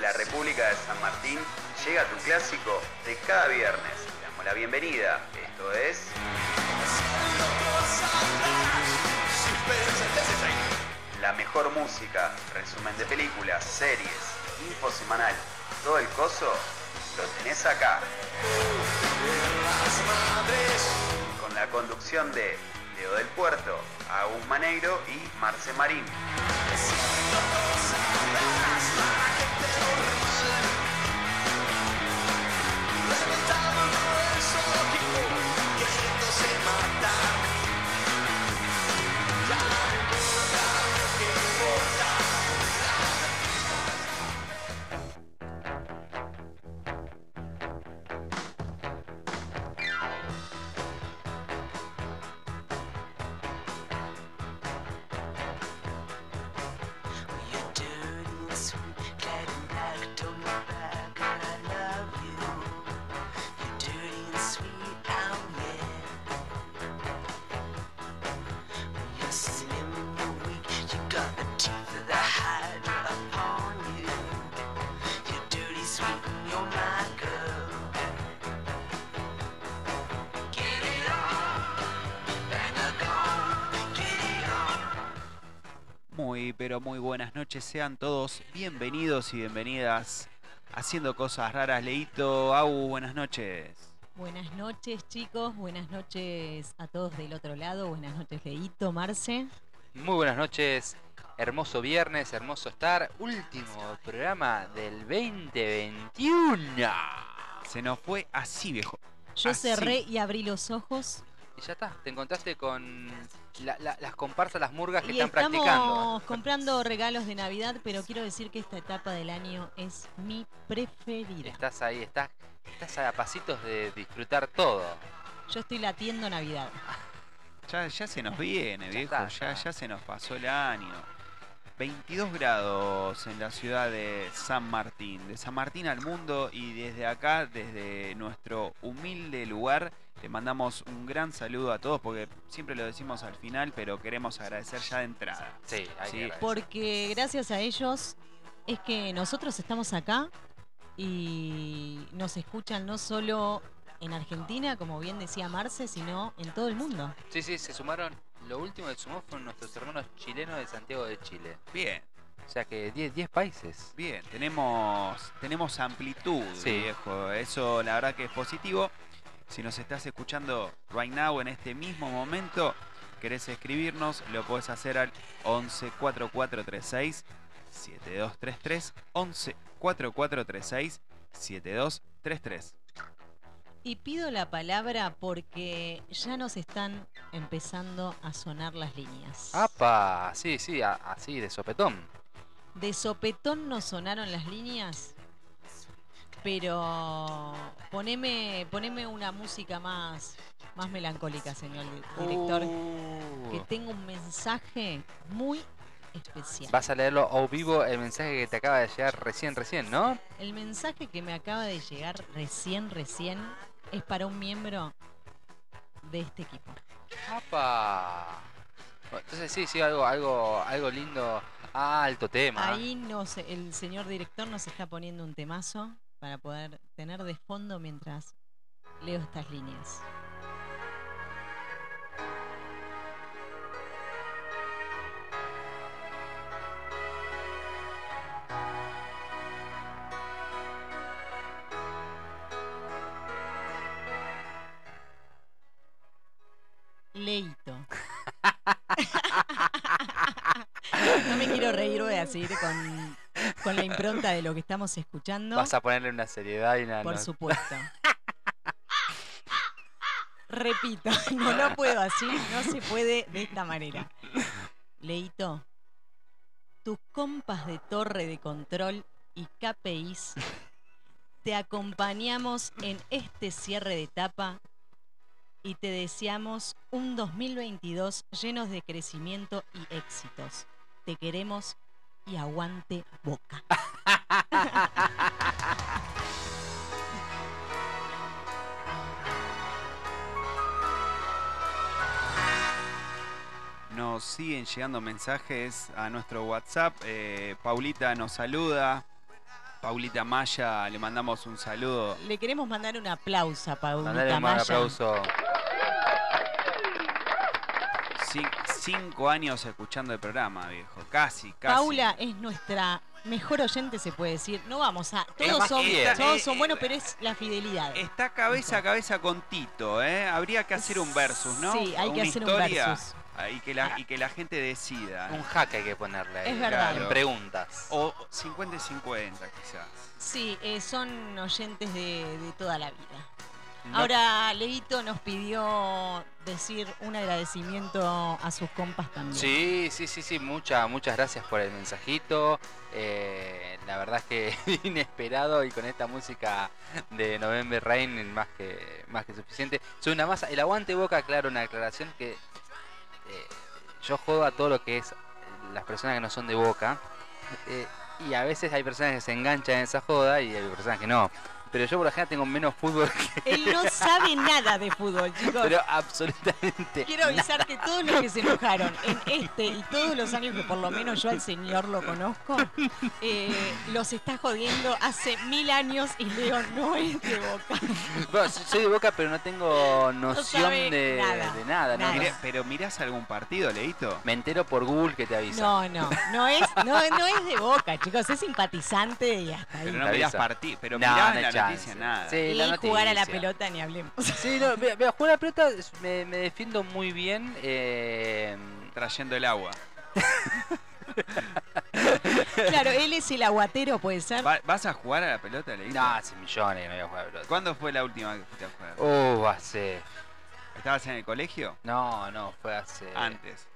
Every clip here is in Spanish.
la República de San Martín, llega tu clásico de cada viernes. Le damos la bienvenida. Esto es... La mejor música, resumen de películas, series, info semanal, todo el coso, lo tenés acá. Con la conducción de Leo del Puerto, Agus Maneiro y Marce Marín. Pero muy buenas noches, sean todos bienvenidos y bienvenidas a Haciendo Cosas Raras. Leito, Au, buenas noches. Buenas noches, chicos, buenas noches a todos del otro lado, buenas noches, Leito, Marce. Muy buenas noches, hermoso viernes, hermoso estar, último programa del 2021. Se nos fue así, viejo. Yo así. Cerré y abrí los ojos. Y ya está, te encontraste con las comparsas, las murgas que y están practicando. Estamos comprando regalos de Navidad, pero quiero decir que esta etapa del año es mi preferida. Estás ahí, estás a pasitos de disfrutar todo. Yo estoy latiendo Navidad. Ya se nos viene, viejo, está. ya se nos pasó el año. 22 grados en la ciudad de San Martín, de San Martín al mundo, y desde acá, desde nuestro humilde lugar, le mandamos un gran saludo a todos, porque siempre lo decimos al final, pero queremos agradecer ya de entrada. Sí, hay que agradecer. Porque gracias a ellos es que nosotros estamos acá y nos escuchan no solo en Argentina, como bien decía Marce, sino en todo el mundo. Sí, se sumaron. Lo último que sumó fueron nuestros hermanos chilenos de Santiago de Chile. Bien. O sea que 10 países. Bien, tenemos amplitud, sí, viejo. Eso la verdad que es positivo. Si nos estás escuchando right now, en este mismo momento, querés escribirnos, lo podés hacer al 11 4436 7233. 11 4436 7233. Y pido la palabra porque ya nos están empezando a sonar las líneas. ¡Apa! Sí, así de sopetón. De sopetón nos sonaron las líneas, pero poneme una música más melancólica, señor director, que tengo un mensaje muy especial. Vas a leerlo a vivo, el mensaje que te acaba de llegar recién, ¿no? El mensaje que me acaba de llegar recién es para un miembro de este equipo. ¡Apa! Entonces sí, algo lindo. Alto tema. Ahí el señor director nos está poniendo un temazo para poder tener de fondo mientras leo estas líneas. Leito. No me quiero reír, voy a seguir con la impronta de lo que estamos escuchando. Vas a ponerle una seriedad y una... Por supuesto. Repito, no lo puedo así, no se puede de esta manera. Leito, tus compas de torre de control y KPIs te acompañamos en este cierre de etapa y te deseamos un 2022 llenos de crecimiento y éxitos. Te queremos y aguante Boca. Nos siguen llegando mensajes a nuestro WhatsApp. Paulita nos saluda. Paulita Maya, le mandamos un saludo. Le queremos mandar un aplauso a Mandale Paulita un Maya. aplauso. 5 años escuchando el programa, viejo. Casi. Paula es nuestra mejor oyente, se puede decir. No vamos a... Todos más son, fiel. todos son buenos, pero es la fidelidad. Está cabeza a cabeza con Tito, ¿eh? Habría que hacer un versus, ¿no? Sí, hay que Una hacer un historia, versus. Y que la gente decida. Un hack hay que ponerle ahí. Es verdad. En preguntas. O 50 y 50, quizás. Sí, son oyentes de toda la vida. No- Ahora, Leito nos pidió decir un agradecimiento a sus compas también. Sí. Muchas gracias por el mensajito. La verdad es que inesperado y con esta música de November Rain más que suficiente. Soy una masa. El aguante Boca, claro, una aclaración que yo jodo a todo lo que es las personas que no son de Boca. Y a veces hay personas que se enganchan en esa joda y hay personas que no. Pero yo por la general tengo menos fútbol que... Él no sabe nada de fútbol, chicos. Pero absolutamente. Quiero avisar que todos los que se enojaron en este y todos los años que por lo menos yo al señor lo conozco, los está jodiendo hace 1000 años y Leo no es de Boca. Bueno, soy de Boca, pero no tengo noción sabe de nada. nada. Mirá, pero ¿mirás algún partido, Leito? Me entero por Google que te avisa. No es de Boca, chicos, es simpatizante y hasta ahí. Pero no Te mirás avisa. partido. Pero No, mirás no hay la chance. noticia, nada. Sí, Y la jugar a la noticia. pelota ni hablemos. Sí, no, vea, jugar a la pelota me defiendo muy bien. Trayendo el agua. Claro, él es el aguatero, puede ser. ¿Vas a jugar a la pelota, Leito? No, hace millones que no voy a jugar a la pelota. ¿Cuándo fue la última vez que fuiste a jugar? Hace... ¿Estabas en el colegio? No, fue hace... Antes.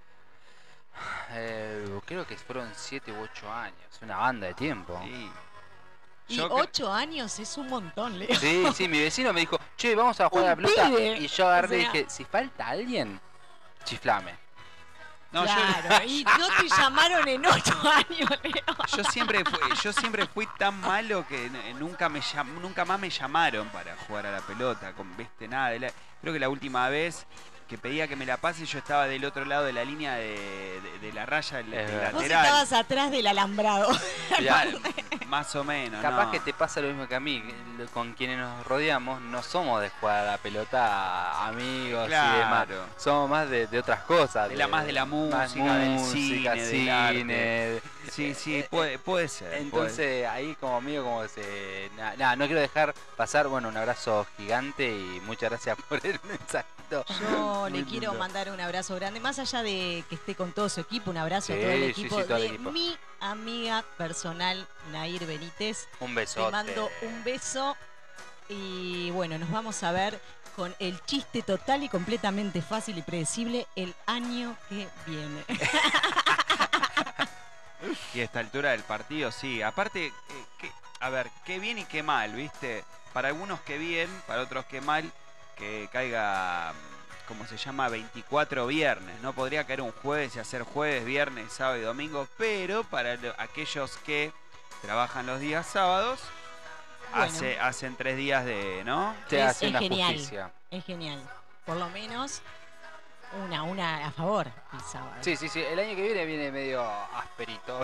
Creo que fueron 7 u 8 años. Una banda de tiempo. Sí. Y Yo 8 años es un montón, Leo. Sí, mi vecino me dijo, che, vamos a jugar a la Un pelota. pibe. Y yo agarré y O sea- dije, si falta alguien, chiflame. No, Claro, y no te llamaron en 8 años, Leo. yo siempre fui tan malo que nunca más me llamaron para jugar a la pelota, con viste nada. Creo que la última vez que pedía que me la pase yo estaba del otro lado de la línea de la raya del verdad. Vos lateral. estabas atrás del alambrado. Ya, Más o menos. capaz no. que te pasa lo mismo que a mí. Con quienes nos rodeamos no somos de jugar a la pelota amigos y demás. Claro. Somos más de otras cosas. Más de la música, del cine, del arte. Sí, puede ser. Entonces ahí como amigo como se... Nada, no quiero dejar pasar, bueno, un abrazo gigante y muchas gracias por el mensajito. Yo Muy le quiero lindo. mandar un abrazo grande, más allá de que esté con todo su equipo, un abrazo a Sí, todo el sí, equipo sí, todo el de equipo. mi amiga personal, Nair Benítez. Un Te besote. mando un beso y bueno, nos vamos a ver con el chiste total y completamente fácil y predecible el año que viene. Y a esta altura del partido, sí. Aparte, a ver, qué bien y qué mal, ¿viste? Para algunos qué bien, para otros qué mal, que caiga, como se llama, 24 viernes. No podría caer un jueves y hacer jueves, viernes, sábado y domingo, pero para aquellos que trabajan los días sábados, Bueno. hacen 3 días de, ¿no? Te Es- hace es una genial. justicia. Es genial. Por lo menos una a favor el sábado. Sí, el año que viene medio asperito.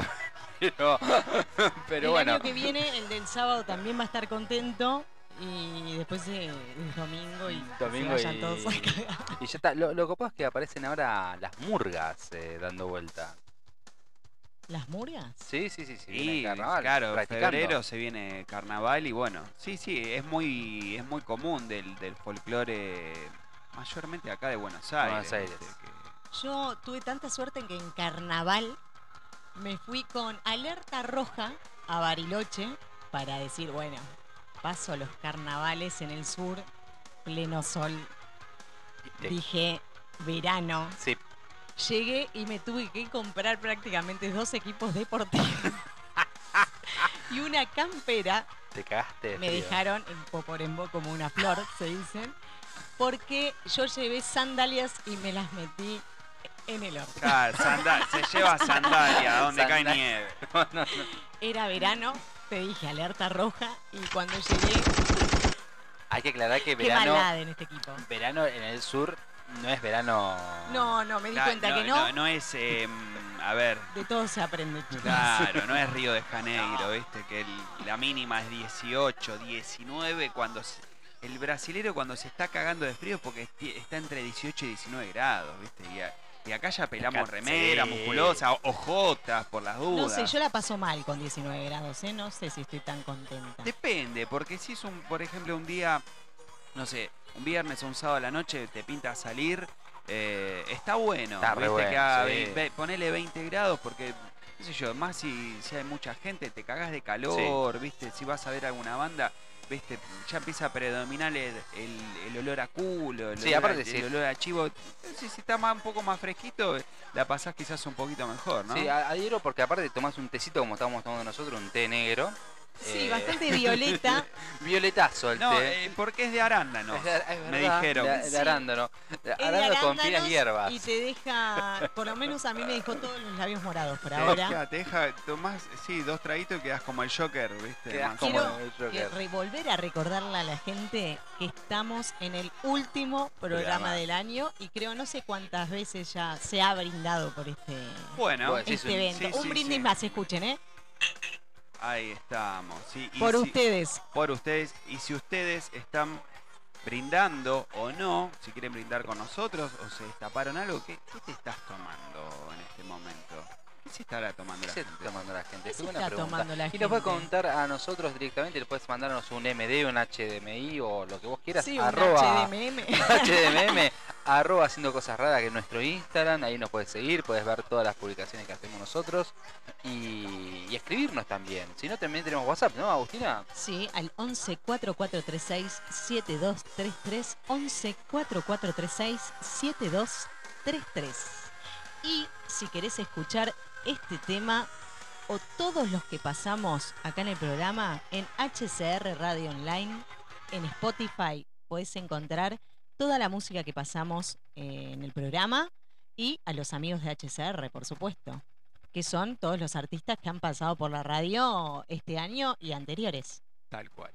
pero el bueno. año que viene, el del sábado también va a estar contento. Y después es domingo y Domingo se vayan todos a cagar. y ya está. Lo que pasa es que aparecen ahora las murgas dando vuelta. ¿Las murgas? Sí, viene Sí, el carnaval. claro, en practicando. febrero se viene carnaval y bueno, sí, es muy común del folclore, mayormente acá de Buenos Aires. Buenos Aires. ¿viste? Que- Yo tuve tanta suerte en que en carnaval me fui con alerta roja a Bariloche para decir, bueno, paso los carnavales en el sur, pleno sol. Dije, verano. Sí, Llegué y me tuve que comprar prácticamente 2 equipos deportivos y una campera. te cagaste. de Me frío. dejaron en Poporembó como una flor, se dicen, porque yo llevé sandalias y me las metí en el horno. Ah, se lleva sandalia donde cae Sandalia. nieve. No. Era verano, te dije alerta roja y cuando llegué, Hay que aclarar que qué maldad verano en este equipo. en el sur No es verano. No, me di cuenta que no. No es, a ver, De todo se aprende, chicos. claro, no es Río de Janeiro, ¿viste? Que la mínima es 18, 19, el brasilero cuando se está cagando de frío es porque está entre 18 y 19 grados, ¿viste? Y acá ya pelamos Acá, remera, sí. musculosa, ojotas, por las dudas. No sé, yo la paso mal con 19 grados, ¿eh? No sé si estoy tan contenta. Depende, porque si es por ejemplo, un día, no sé, un viernes o un sábado a la noche te pinta salir, está bueno. Está re ¿viste? bueno, Que haga sí. ponele 20 grados porque, qué sé yo, más si hay mucha gente, te cagás de calor, ¿viste? Si vas a ver alguna banda, ¿viste? Ya empieza a predominar el olor a culo, Sí, aparte sí. el olor a chivo. Si está un poco más fresquito, la pasás quizás un poquito mejor, ¿no? Sí, adhiero porque aparte tomás un tecito como estábamos tomando nosotros, un té negro. Sí, bastante violeta. Violetazo el No, té. porque es de arándano. Es verdad, me dijeron. De Sí. arándano. Es de Arándano con finas arándanos hierbas. y te deja, por lo menos a mí me dejó todos los labios morados por Te ahora. deja, tomás, sí, 2 traguitos y quedás como el Joker, ¿viste? Quedás Más como o menos. el Joker. Volver a recordarle a la gente que estamos en el último programa del año y creo no sé cuántas veces ya se ha brindado por este Bueno, sí, evento. sí, Un sí, brindis sí. más, escuchen, ¿eh? Ahí estamos. Sí, y Por si- ustedes. Por ustedes. Y si ustedes están brindando o no, si quieren brindar con nosotros o se destaparon algo, ¿qué te estás tomando en este momento? ¿Qué se estará tomando la ¿Qué se gente? está tomando la gente? ¿Qué se Qué buena está pregunta. tomando la Y nos puede gente? contar a nosotros directamente, le puedes mandarnos un MD, un HDMI o lo que vos quieras. Sí, un arroba HDMM. HDMM, arroba haciendo cosas raras, que es nuestro Instagram. Ahí nos puedes seguir, puedes ver todas las publicaciones que hacemos nosotros y escribirnos también. Si no, también tenemos WhatsApp, ¿no, Agustina? Sí, al 11 4436 7233 11 4436 7233. Y si querés escuchar este tema o todos los que pasamos acá en el programa, en HCR Radio Online, en Spotify, podés encontrar toda la música que pasamos en el programa y a los amigos de HCR, por supuesto, que son todos los artistas que han pasado por la radio este año y anteriores. Tal cual.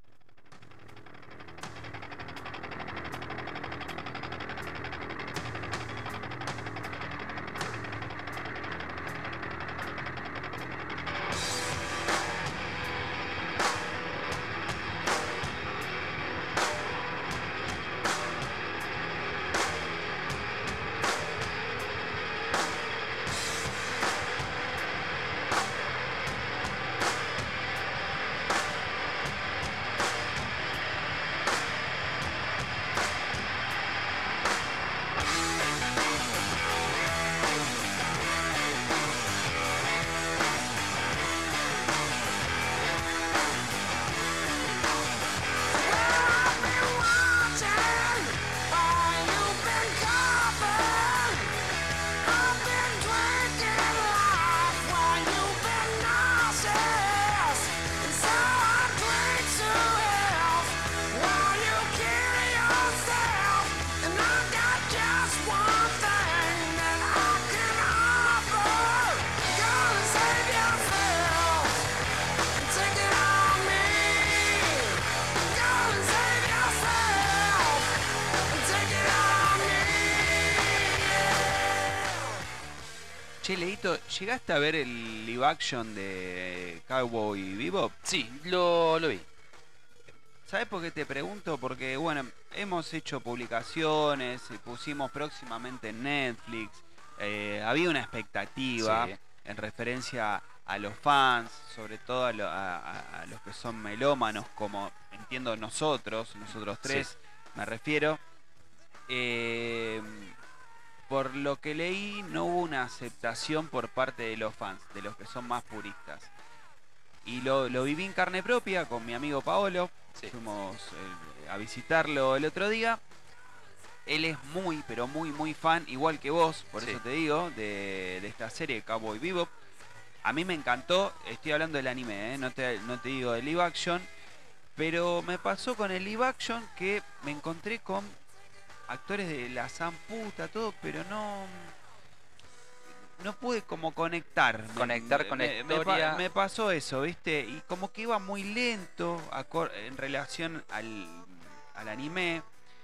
Che, Leito, ¿llegaste a ver el live action de Cowboy Bebop? Sí, lo vi. ¿Sabes por qué te pregunto? Porque, bueno, hemos hecho publicaciones, pusimos próximamente en Netflix, había una expectativa Sí. en referencia a los fans, sobre todo a los que son melómanos, como entiendo nosotros tres, Sí. me refiero. Por lo que leí, no hubo una aceptación por parte de los fans, de los que son más puristas. Y lo viví en carne propia con mi amigo Paolo. Sí. Fuimos a visitarlo el otro día. Él es muy, pero muy, muy fan, igual que vos, por Sí. eso te digo, de esta serie Cowboy Bebop. A mí me encantó, estoy hablando del anime, no te digo de live action. Pero me pasó con el live action que me encontré con actores de la zamputa, todo, pero no pude como conectar. Conectar con la historia. Me pasó eso, ¿viste? Y como que iba muy lento en relación al anime.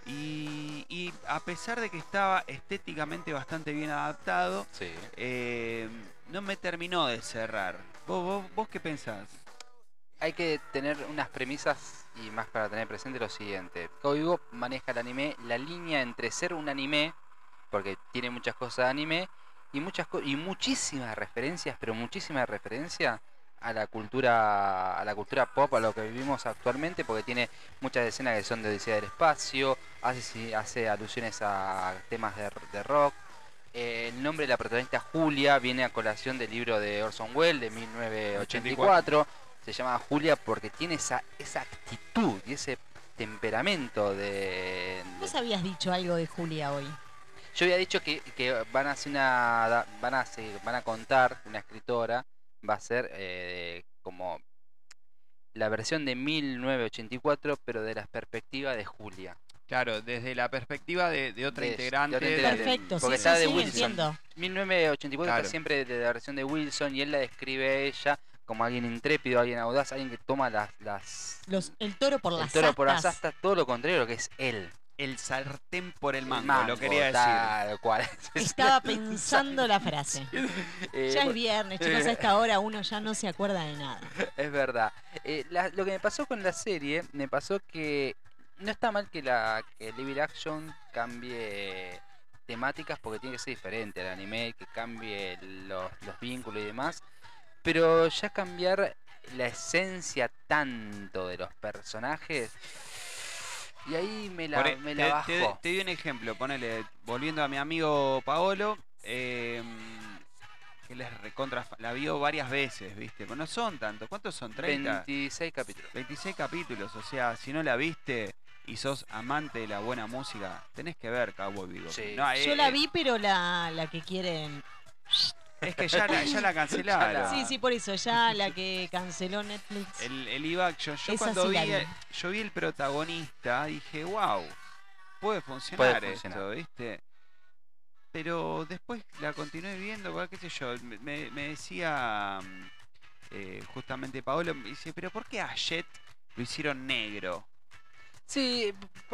Y a pesar de que estaba estéticamente bastante bien adaptado, Sí. no me terminó de cerrar. ¿Vos qué pensás? Hay que tener unas premisas y más para tener presente lo siguiente. Cowboy Bebop maneja el anime, la línea entre ser un anime, porque tiene muchas cosas de anime, y muchísimas referencias, pero muchísimas referencias a la cultura pop, a lo que vivimos actualmente, porque tiene muchas escenas que son de Odisea del Espacio, hace alusiones a temas de rock. El nombre de la protagonista Julia viene a colación del libro de Orson Welles de 1984. Se llama Julia porque tiene esa actitud y ese temperamento Vos habías dicho algo de Julia hoy. Yo había dicho que van a hacer van a contar una escritora, va a ser como la versión de 1984, pero de la perspectiva de Julia. Claro, desde la perspectiva de otra De integrante. otra integrante. Perfecto, Porque sí, está sí, de sí, Wilson. entiendo. 1984 Claro. está siempre de la versión de Wilson y él la describe a ella como alguien intrépido, alguien audaz, alguien que toma El toro por el las toro por las astas. astas, todo lo contrario a lo que es él. El sartén por el mango, mango, lo quería decir. tal cual. Estaba pensando la frase. Ya es bueno, viernes, chicos, a esta hora uno ya no se acuerda de nada. es verdad. Lo que me pasó con la serie, me pasó que no está mal que que Live Action cambie temáticas porque tiene que ser diferente al anime, que cambie los vínculos y demás, pero ya cambiar la esencia tanto de los personajes y ahí me la bajó. Te doy un ejemplo, ponele, volviendo a mi amigo Paolo, que les la vio varias veces, ¿viste? Pero no son tantos, ¿cuántos son? ¿30? 26 capítulos. 26 capítulos, o sea, si no la viste y sos amante de la buena música, tenés que ver Cowboy Bebop. Sí. No, Yo la vi, pero la que quieren. es que ya la cancelaron. Sí, sí, por eso, ya la que canceló Netflix. El live action, yo Esa cuando sí vi, la vi. yo vi el protagonista, dije, wow, puede funcionar Puede esto, funcionar. ¿viste? Pero después la continué viendo, qué sé yo, me decía justamente Paolo, me dice, pero ¿por qué a Jet lo hicieron negro? Sí,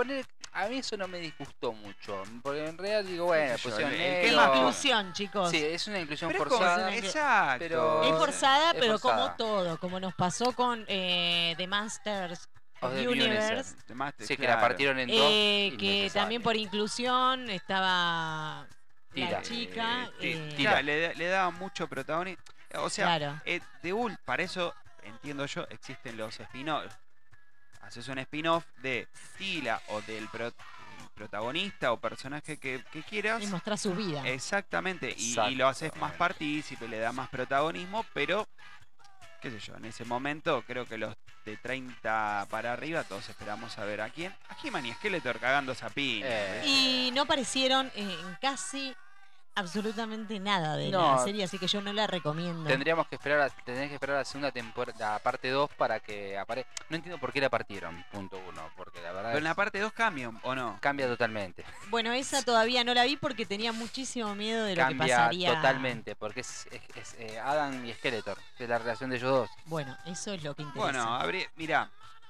a mí eso no me disgustó mucho, porque en realidad digo, bueno, sé yo, pusieron el negro. Es tema- inclusión, chicos. Sí, es una inclusión Pero es como- forzada. exacto. pero- Es forzada, es pero forzada. como todo, como nos pasó con The Masters Of of the Universe, Claro. Sí, que la partieron en dos. que innecesario. también por inclusión estaba Tira. la chica. Tira, le daba mucho protagonismo. O sea, Claro. para eso, entiendo yo, existen los spin-offs. Haces un spin-off de Tila o del protagonista o personaje que quieras. Y mostrar su vida. Exactamente, y lo haces más partícipe, le da más protagonismo, pero, qué sé yo, en ese momento creo que los de 30 para arriba todos esperamos a ver a quién. A He-Man y Skeletor cagando esa piña. Y no aparecieron en casi absolutamente nada de No. la serie, así que yo no la recomiendo. Tenés que esperar a la segunda temporada, parte 2 para que aparezca. No entiendo por qué la partieron, punto 1, porque la verdad Pero en la parte 2 cambia, ¿o no? cambia totalmente. Bueno, esa todavía no la vi porque tenía muchísimo miedo de lo que Cambia pasaría. totalmente, porque es Adam y Skeletor, es la relación de ellos dos. Bueno, eso es lo que interesa. Bueno, mirá,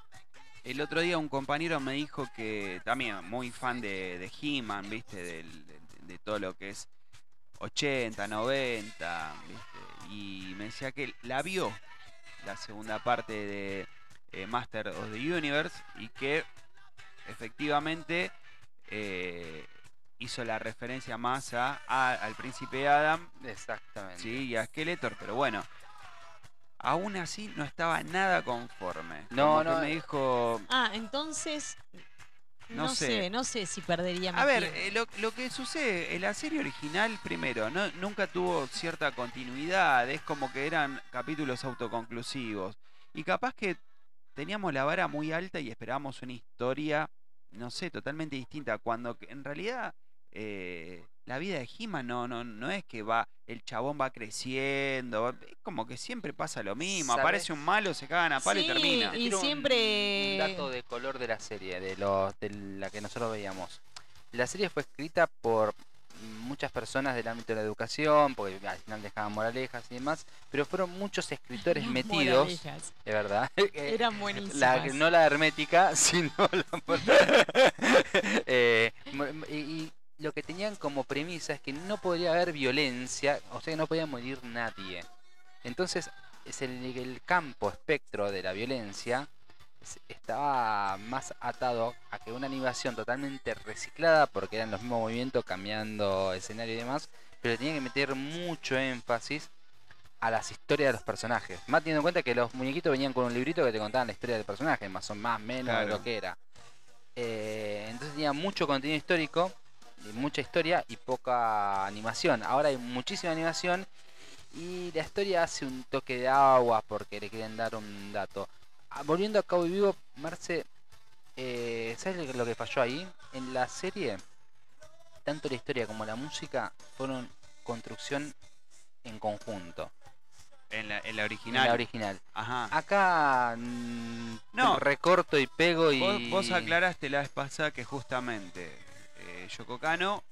el otro día un compañero me dijo que también muy fan de He-Man, ¿viste? De todo lo que es 80, 90, ¿viste? Y me decía que la vio la segunda parte de Master of the Universe y que efectivamente hizo la referencia más al príncipe Adam, Exactamente. ¿sí? Y a Skeletor, pero bueno, aún así no estaba nada conforme. No, Como que no, me dijo, Entonces, No no sé. sé, no sé si perdería mi a ver, tiempo. lo que sucede, en la serie original, primero, nunca tuvo cierta continuidad, es como que eran capítulos autoconclusivos. Y capaz que teníamos la vara muy alta y esperábamos una historia, no sé, totalmente distinta, cuando en realidad la vida de He-Man no es que el chabón va creciendo, es como que siempre pasa lo mismo, ¿Sabes? aparece un malo, se cagan a palo y Sí, termina. y Tiro siempre- un dato de color de la serie, de la que nosotros veíamos. La serie fue escrita por muchas personas del ámbito de la educación, porque al final dejaban moralejas y demás, pero fueron muchos escritores Las metidos, moralejas. de verdad. Eran buenísimas. No la hermética, sino y lo que tenían como premisa es que no podría haber violencia, o sea que no podía morir nadie. Entonces, es el campo espectro de la violencia estaba más atado a que una animación totalmente reciclada, porque eran los mismos movimientos cambiando escenario y demás, pero tenía que meter mucho énfasis a las historias de los personajes, más teniendo en cuenta que los muñequitos venían con un librito que te contaban la historia del personaje, más o menos de lo que era. Entonces tenía mucho contenido histórico, mucha historia y poca animación. Ahora hay muchísima animación y la historia hace un toque de agua porque le quieren dar un dato. Volviendo a Cowboy Bebop, Marce, ¿sabes lo que falló ahí? En la serie, tanto la historia como la música fueron construcción en conjunto. En la original. En la original. Ajá. Acá No. recorto y pego y... Vos aclaraste la vez pasada que justamente Yoko Kanno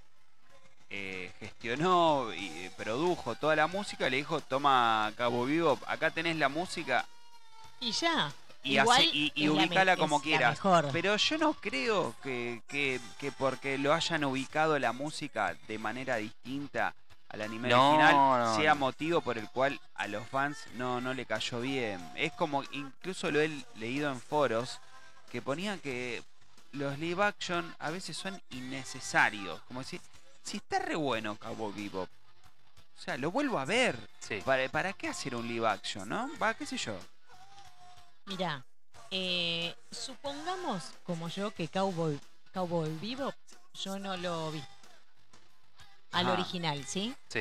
gestionó y produjo toda la música, le dijo, toma Cowboy Bebop, acá tenés la música Y ya. y, Igual y es ubicala como es la quieras. mejor. Pero yo no creo que porque lo hayan ubicado la música de manera distinta al anime original sea motivo por el cual a los fans no le cayó bien. Es como, incluso lo he leído en foros, que ponían que los live action a veces son innecesarios. Como decir, si está re bueno Cowboy Bebop, o sea, lo vuelvo a ver. Sí. ¿Para qué hacer un live action, no? Va, qué sé yo. Mirá, supongamos, como yo, que Cowboy Bebop yo no lo vi. Al Ajá. original, ¿sí? Sí.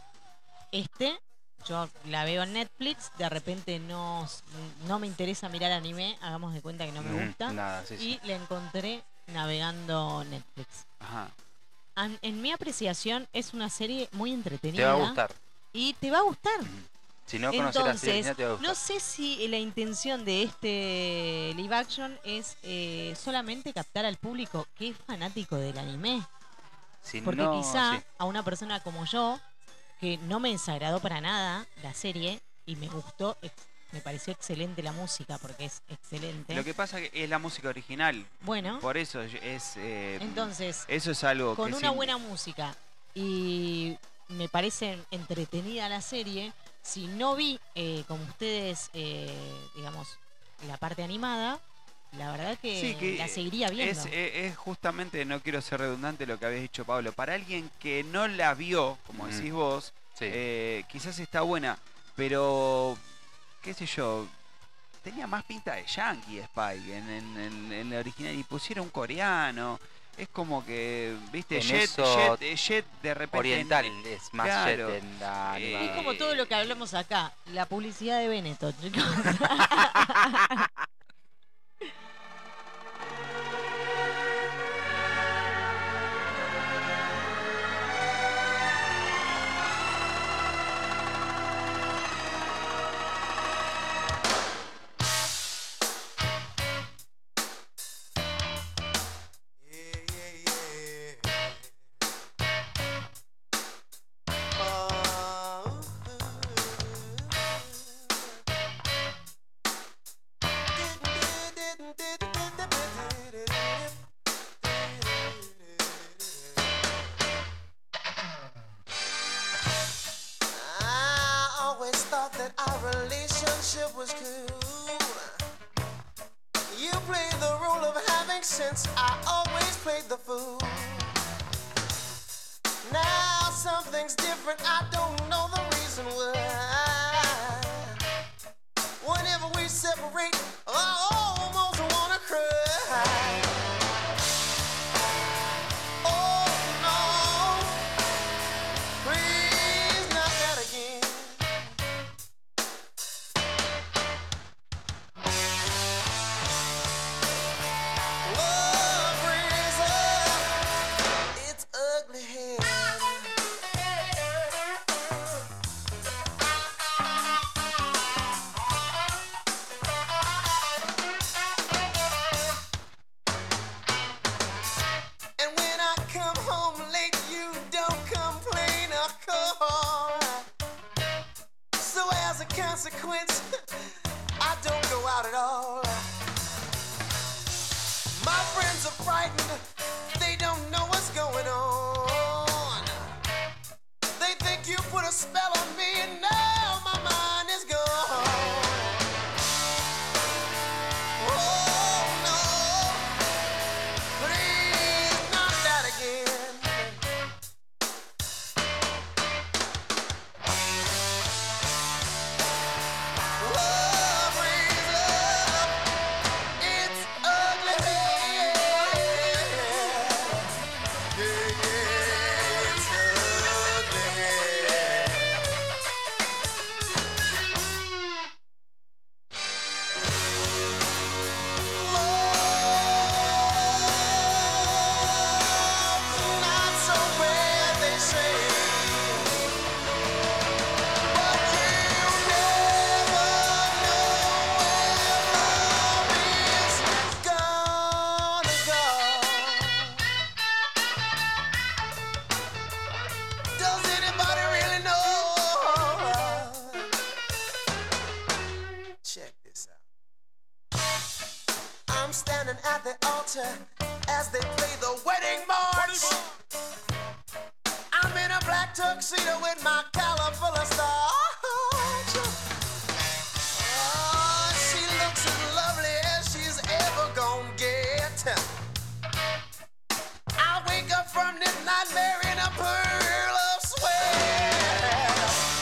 Yo la veo en Netflix, de repente no me interesa mirar anime, hagamos de cuenta que no me gusta. Nada, sí, sí. Y la encontré navegando Netflix. Ajá. En mi apreciación es una serie muy entretenida. Te va a gustar. Y te va a gustar. Si no conoces la serie Entonces, original, te va a gustar. no sé si la intención de este live action es solamente captar al público que es fanático del anime. Si Porque no, quizá sí. a una persona como yo, que no me desagradó para nada la serie y me gustó, me pareció excelente la música porque es excelente. Lo que pasa que es la música original. Bueno, Por eso es... entonces, eso es algo con que una sí- buena música y me parece entretenida la serie, si no vi, como ustedes, digamos, la parte animada, la verdad que, Sí, que la seguiría viendo. es justamente, no quiero ser redundante lo que habías dicho, Pablo. Para alguien que no la vio, como decís vos, Sí. quizás está buena, pero qué sé yo, tenía más pinta de yankee Spike en la original y pusieron un coreano. Es como que, viste, En Jet, eso, Jet de repente... Oriental es más claro, Jet en la eh, Es animada. como todo lo que hablamos acá, la publicidad de Benetton, chicos. I always thought that our relationship was cool. You played the role of having sense, I always played the fool. Now something's different, I don't know the reason why. Whenever we separate, I almost wanna cry. Oh no, please not that again. Love brings up its ugly head. as a consequence, I don't go out at all. My friends are frightened, they don't know what's going on. They think you put a spell on me and now my mind is gone. Oh no, please not that again. Love raise up, it's ugly. Yeah, it's ugly. Not so bad, they say. But you never know where love is gonna go. Does anybody really know? Check this out. I'm standing at the altar as they play the wedding march. I'm in a black tuxedo with my collar full of starch. Oh, she looks as lovely as she's ever gonna get. I wake up from this nightmare in a pearl of sweat.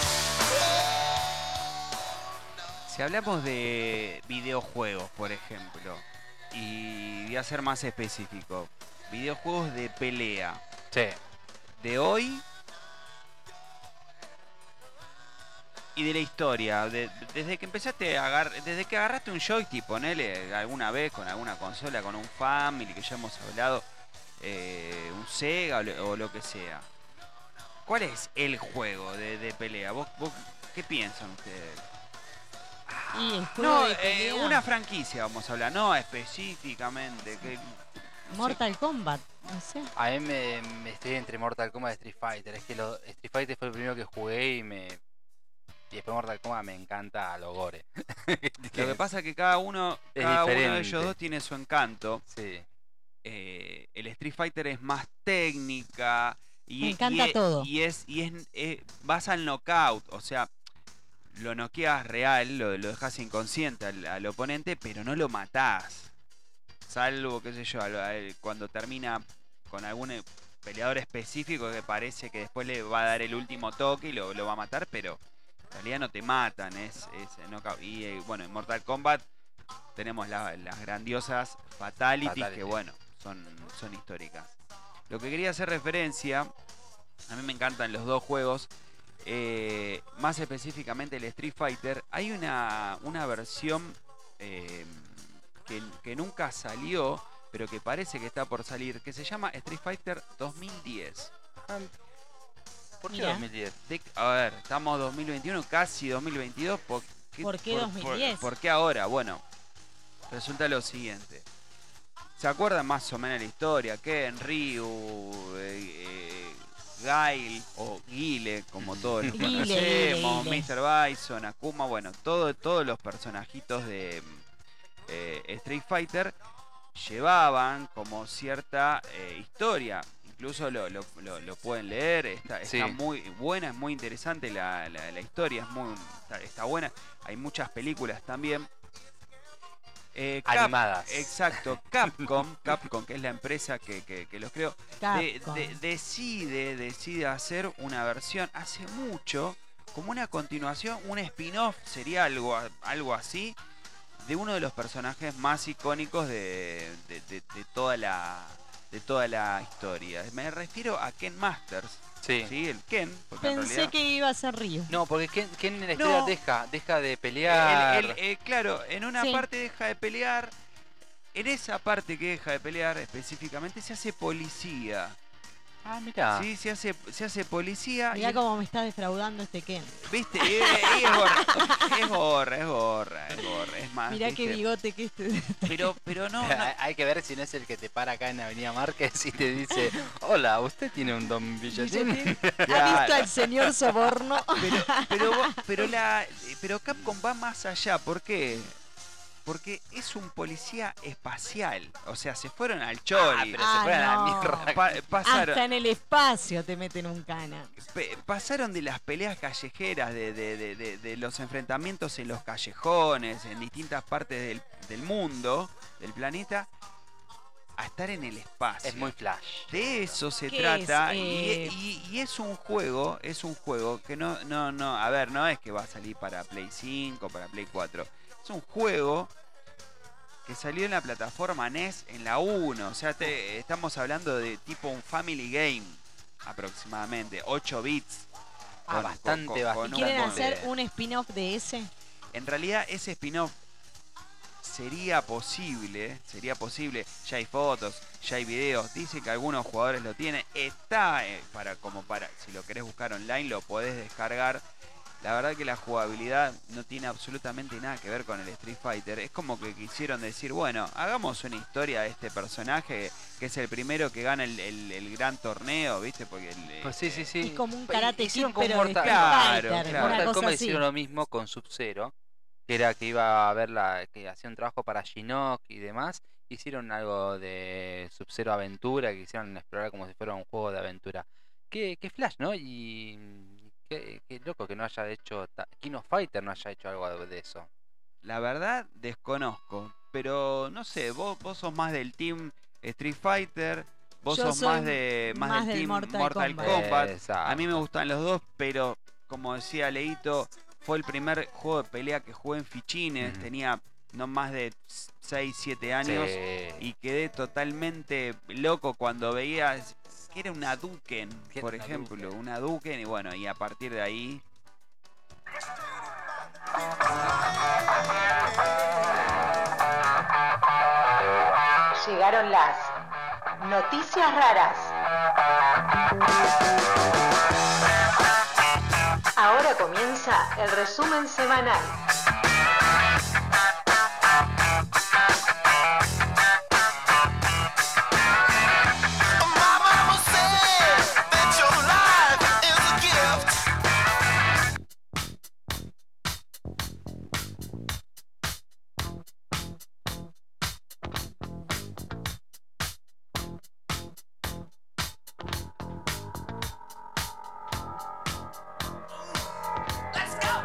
Si hablamos de videojuegos, por ejemplo, y voy a ser más específico, videojuegos de pelea Sí. de hoy y de la historia, desde que empezaste desde que agarraste un joystick, ponele alguna vez con alguna consola, con un Family, que ya hemos hablado, un Sega o lo que sea. ¿Cuál es el juego de pelea? ¿Vos qué piensan ustedes? Y el juego No, de pelea, una franquicia vamos a hablar, no específicamente. Mortal Kombat, no sé. A mí me estoy entre Mortal Kombat y Street Fighter. Es que Street Fighter fue el primero que jugué y después Mortal Kombat me encanta a lo gore. Lo que pasa es que cada uno de diferente. ellos dos tiene su encanto. Sí. El Street Fighter es más técnica y Me encanta todo. vas al knockout, o sea, lo noqueas real, lo dejas inconsciente al oponente, pero no lo matás. Salvo, qué sé yo, cuando termina con algún peleador específico que parece que después le va a dar el último toque y lo va a matar, pero en realidad no te matan, es knockout. Y bueno, en Mortal Kombat tenemos las grandiosas Fatalities, que bueno, son históricas. Lo que quería hacer referencia, a mí me encantan los dos juegos, más específicamente el Street Fighter. Hay una versión que nunca salió, pero que parece que está por salir, que se llama Street Fighter 2010. ¿Por qué Mira. 2010? A ver, estamos 2021, casi 2022. ¿Por qué 2010? ¿Por qué ahora? Bueno, resulta lo siguiente. ¿Se acuerdan más o menos la historia? Ken, Ryu, Guile o Guile, como todos los Guile, conocemos, Guile. Mr. Bison, Akuma, bueno, todos los personajitos de Street Fighter llevaban como cierta historia. Incluso lo pueden leer, está Sí. muy buena, es muy interesante la historia, está buena. Hay muchas películas también. Animadas. Exacto, Capcom, que es la empresa que los creó, Capcom. decide hacer una versión hace mucho, como una continuación, un spin-off, sería algo así, de uno de los personajes más icónicos de toda la historia. Me refiero a Ken Masters, Sí. ¿sí? El Ken, porque en Pensé realidad... que iba a ser Ryu. No, porque Ken en la historia No. deja de pelear. Claro, en una Sí. parte deja de pelear. En esa parte que deja de pelear específicamente se hace policía. Ah, mirá. Sí, se hace policía. Mirá cómo me está defraudando este Ken. ¿Viste? Y es gorra. Es más. Mirá qué ¿viste? bigote que este. Pero no. Hay que ver si no es el que te para acá en Avenida Márquez y te dice, hola, ¿usted tiene un Don Villatín? ¿Ha visto al señor Soborno? Pero Capcom va más allá. ¿Por qué? Porque es un policía espacial. O sea, se fueron al chori. pero se fueron a la no. mierda. Pasaron, Hasta en el espacio te meten un cana. pasaron de las peleas callejeras, de los enfrentamientos en los callejones, en distintas partes del mundo, del planeta, a estar en el espacio. Es muy flash. De eso se ¿Qué trata es? y es un juego que no, a ver, no es que va a salir para Play 5, para Play 4. Es un juego que salió en la plataforma NES en la 1, o sea, estamos hablando de tipo un Family Game aproximadamente, 8 bits. Bastante, ¿Y bastante. quieren hacer un spin-off de ese? En realidad ese spin-off sería posible, ya hay fotos, ya hay videos, dicen que algunos jugadores lo tienen, está para si lo querés buscar online lo podés descargar. La verdad que la jugabilidad no tiene absolutamente nada que ver con el Street Fighter. Es como que quisieron decir, bueno, hagamos una historia de este personaje que es el primero que gana el gran torneo, ¿viste? Porque Pues sí. Es como un Karate Kid, Hicieron con pero de Mortal- Street Claro, Fighter, claro. una Mortal cosa Kombat así. hicieron lo mismo con Sub-Zero, que era que iba a ver que hacía un trabajo para Shinnok y demás. Hicieron algo de Sub-Zero Aventura, que quisieron explorar como si fuera un juego de aventura. Qué flash, ¿no? Y qué loco que no haya hecho King of Fighter no haya hecho algo de eso. la verdad desconozco, pero no sé, vos sos más del team Street Fighter, vos Yo sos soy más del team Mortal Kombat. Exacto. A mí me gustan los dos, pero como decía Leito, fue el primer juego de pelea que jugué en fichines, Ujú. tenía no más de 6, 7 años Sí. y quedé totalmente loco cuando veía que era una Duken, Que por era una ejemplo, Duken. una Duken y bueno, y a partir de ahí Llegaron las noticias raras. Ahora comienza el resumen semanal. My mama said that your life is a gift. Let's go.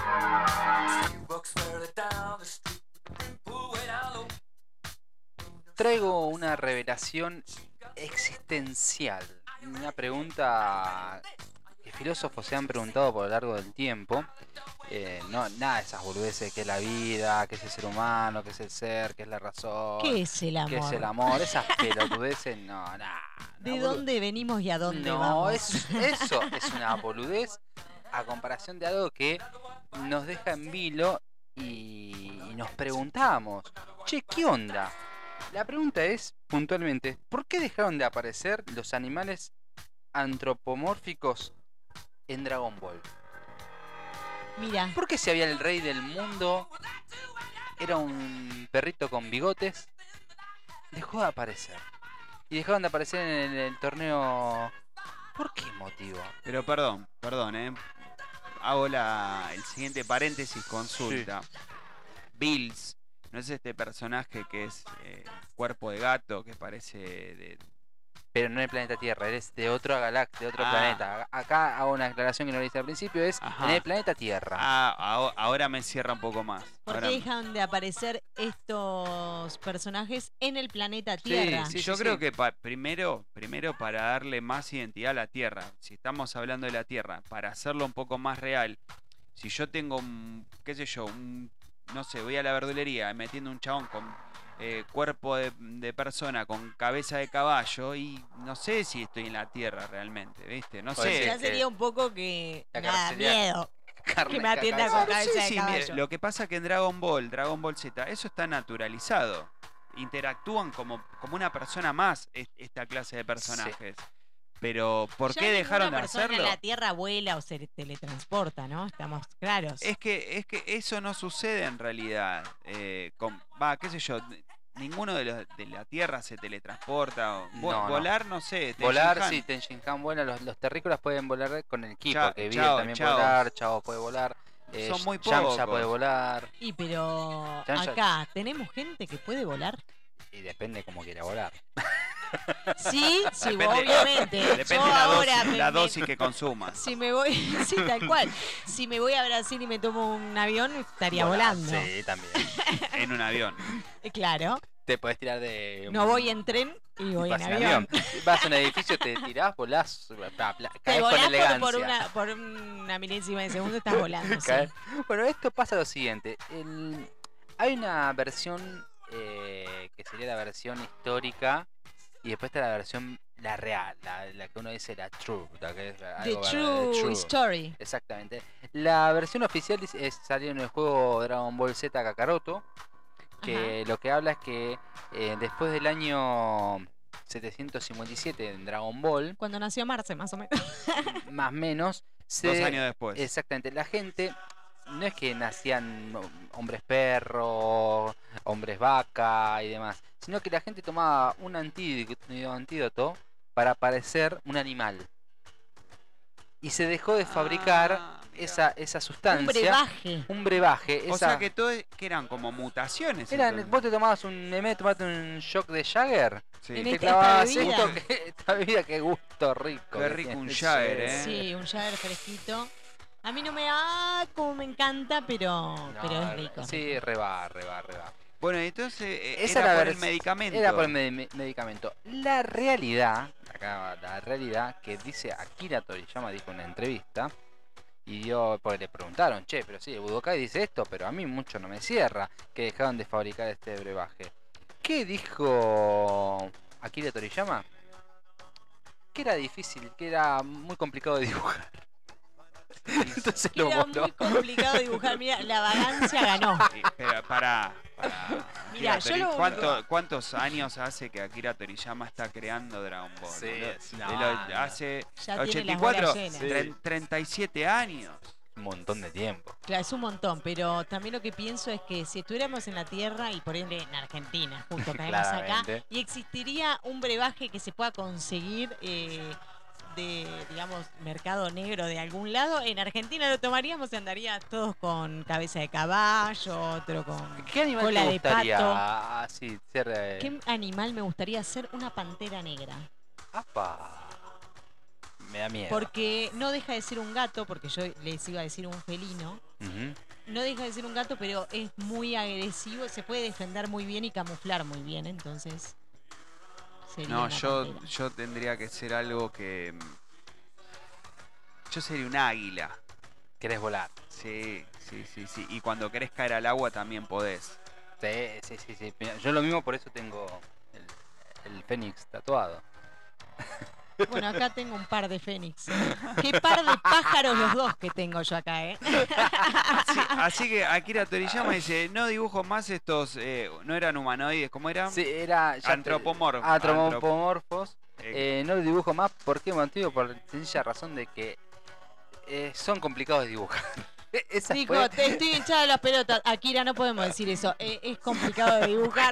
Traigo una revelación existencial. Una pregunta que filósofos se han preguntado por lo largo del tiempo. No, nada de esas boludeces, que es la vida, que es el ser humano, que es el ser, que es la razón, ¿Qué es el amor? que es el amor. Esas pelotudeces, no, nada. ¿De dónde venimos y a dónde No, vamos? eso es una boludez a comparación de algo que nos deja en vilo y nos preguntamos, che, ¿qué onda? La pregunta es, puntualmente, ¿por qué dejaron de aparecer los animales antropomórficos en Dragon Ball? Mira, ¿Por qué si había el rey del mundo, era un perrito con bigotes, dejó de aparecer? Y dejaron de aparecer en el torneo. ¿Por qué motivo? pero perdón, hago el siguiente paréntesis, consulta. Bills, ¿no es este personaje que es cuerpo de gato, que parece de... Pero no en el planeta Tierra, eres de otra galaxia, de otro Ah. planeta. Acá hago una aclaración que no lo hice al principio, es Ajá. en el planeta Tierra. Ahora me cierra un poco más. ¿por Ahora- qué dejan de aparecer estos personajes en el planeta Tierra? sí. Yo creo que primero para darle más identidad a la Tierra, si estamos hablando de la Tierra, para hacerlo un poco más real, si yo tengo qué sé yo, no sé, voy a la verdulería metiendo un chabón con cuerpo de persona, con cabeza de caballo, y no sé si estoy en la Tierra realmente, ¿viste? No Puede sé. ser. Ya sería un poco que... La Nada, carnicería- miedo. Carne Que me atienda con No cabeza sé de si caballo. lo que pasa que en Dragon Ball Z, eso está naturalizado. Interactúan como una persona más esta clase de personajes. Pero ¿por Ya qué dejaron de ninguna persona hacerlo? en la Tierra vuela o se teletransporta, ¿no? Estamos claros. Es que eso no sucede en realidad. Qué sé yo, ninguno de la Tierra se teletransporta. No. Volar, no sé. Volar, Tenshinhan. sí, Tenshinhan vuela, los terrícolas pueden volar con el ki, Cha- porque Videl Chao, también Chao. puede volar, Chao puede volar, Son muy Yamcha pocos. puede volar, Y pero Ya. acá tenemos gente que puede volar. y depende cómo quiera volar. Sí, sí, Depende- obviamente. Depende Yo la ahora dosis, me- la me- dosis que consumas. Si me voy, sí, tal cual. Si me voy a Brasil y me tomo un avión, estaría Volar, volando. Sí, también. En un avión. Claro. Te podés tirar de... No voy en tren y voy en vas avión. Vas a un edificio, te tirás, volás, Te caes con volás elegancia. por una milésima de segundo, estás volando. sí. Caes- Bueno, esto pasa lo siguiente. Hay una versión que sería la versión histórica y después está la versión, la real, la que uno dice la true, la que es The algo True Story. Exactamente. La versión oficial salió en el juego Dragon Ball Z Kakaroto, que lo que habla es que después del año 757 en Dragon Ball, Cuando nació Marce, más o menos. más o menos, 2 años después. exactamente, la gente no es que nacían hombres perro, hombres vaca y demás, sino que la gente tomaba un antídoto para parecer un animal. Y se dejó de fabricar mira. esa sustancia. Un brebaje. Un brebaje. O esa- sea que que eran como mutaciones. Eran, entonces. vos te tomabas tomaste un shock de Jagger, Sí. En te esta clavabas bebida. esto, esta bebida, qué gusto rico. Qué que rico tiene. un Jagger, ¿eh? Sí, un Jagger fresquito. A mí no me como me encanta, pero es rico. Sí, reba. Bueno, entonces Esa era era por la el medicamento. Era por el medicamento. La realidad, la realidad que dice Akira Toriyama, dijo en una entrevista, y porque le preguntaron, che, pero sí, el Budokai dice esto, pero a mí mucho no me cierra que dejaron de fabricar este brebaje. ¿Qué dijo Akira Toriyama? Que era difícil, que era muy complicado de dibujar. Entonces lo Era voló. muy complicado dibujar. Mira, la vagancia ganó. Pero pará. Mirá, Akira yo lo ¿Cuántos años hace que Akira Toriyama está creando Dragon Ball? Sí, boludo? no. Hace Ya tiene las 84, bolas llenas. 37 años. Un montón de tiempo. Claro, es un montón, pero también lo que pienso es que si estuviéramos en la Tierra y por ende en Argentina, justo caemos acá, Claramente. y existiría un brebaje que se pueda conseguir de, digamos, mercado negro de algún lado, en Argentina lo tomaríamos y andaría todos con cabeza de caballo, otro con ¿Qué animal cola te de gustaría pato. así ser? ¿Qué animal me gustaría ser? Una pantera negra. ¡Apa! Me da miedo. Porque no deja de ser un gato, porque yo les iba a decir un felino. Ujú. No deja de ser un gato, pero es muy agresivo, se puede defender muy bien y camuflar muy bien, entonces sería No, una yo pantera. tendría que ser algo que... Yo sería un águila. ¿Querés volar? Sí. Y cuando querés caer al agua también podés. Sí. Mira, yo lo mismo, por eso tengo el fénix tatuado. Bueno, acá tengo un par de fénix. Qué par de pájaros los dos que tengo yo acá, ¿eh? Sí, así que Akira Toriyama dice, no dibujo más estos, no eran humanoides, ¿cómo eran? Sí, era... Antropomorfos. No lo dibujo más. ¿Por qué motivo? Por la sencilla razón de que son complicados de dibujar. Esa Dijo, fue- te estoy hinchada las pelotas. Akira, no podemos decir eso. Es complicado de dibujar.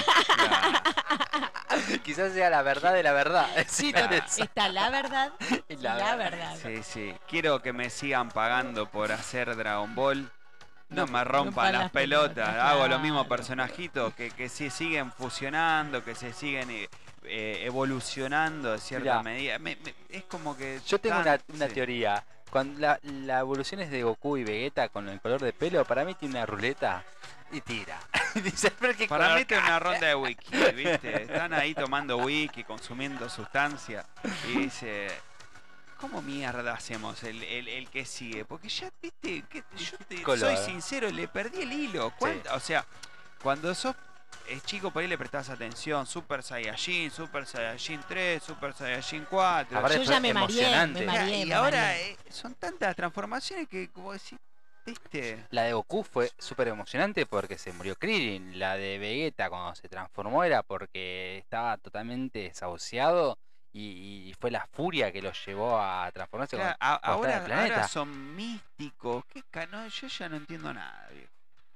Quizás sea la verdad de la verdad. Sí, Claro. está la verdad Y y la la verdad. verdad. Sí. Quiero que me sigan pagando por hacer Dragon Ball. No No me rompan rompan las las pelotas. pelotas, Hago los claro. mismos personajitos que se siguen fusionando, que se siguen evolucionando de cierta Mirá. medida. Es como que... Yo tengo una sí. teoría. Cuando la evolución es de Goku y Vegeta con el color de pelo, para mí tiene una ruleta y tira. Dice, "Pero qué Para color mí tiene una ronda de wiki, ¿viste? Están ahí tomando wiki, consumiendo sustancia. Y dice, ¿cómo mierda hacemos el que sigue? Porque ya, ¿viste? Color. Soy sincero, le perdí el hilo. O sea, cuando sos chico por ahí le prestás atención. Super Saiyajin 3, Super Saiyajin 4. Aparte Yo fue ya me mareé, emocionante. me mareé. Y ahora son tantas transformaciones que, como decir, ¿viste? La de Goku fue súper emocionante porque se murió Krillin. La de Vegeta cuando se transformó era porque estaba totalmente desahuciado y fue la furia que los llevó a transformarse Claro, contra el ahora planeta. son místicos. No, yo ya no entiendo nada, viejo.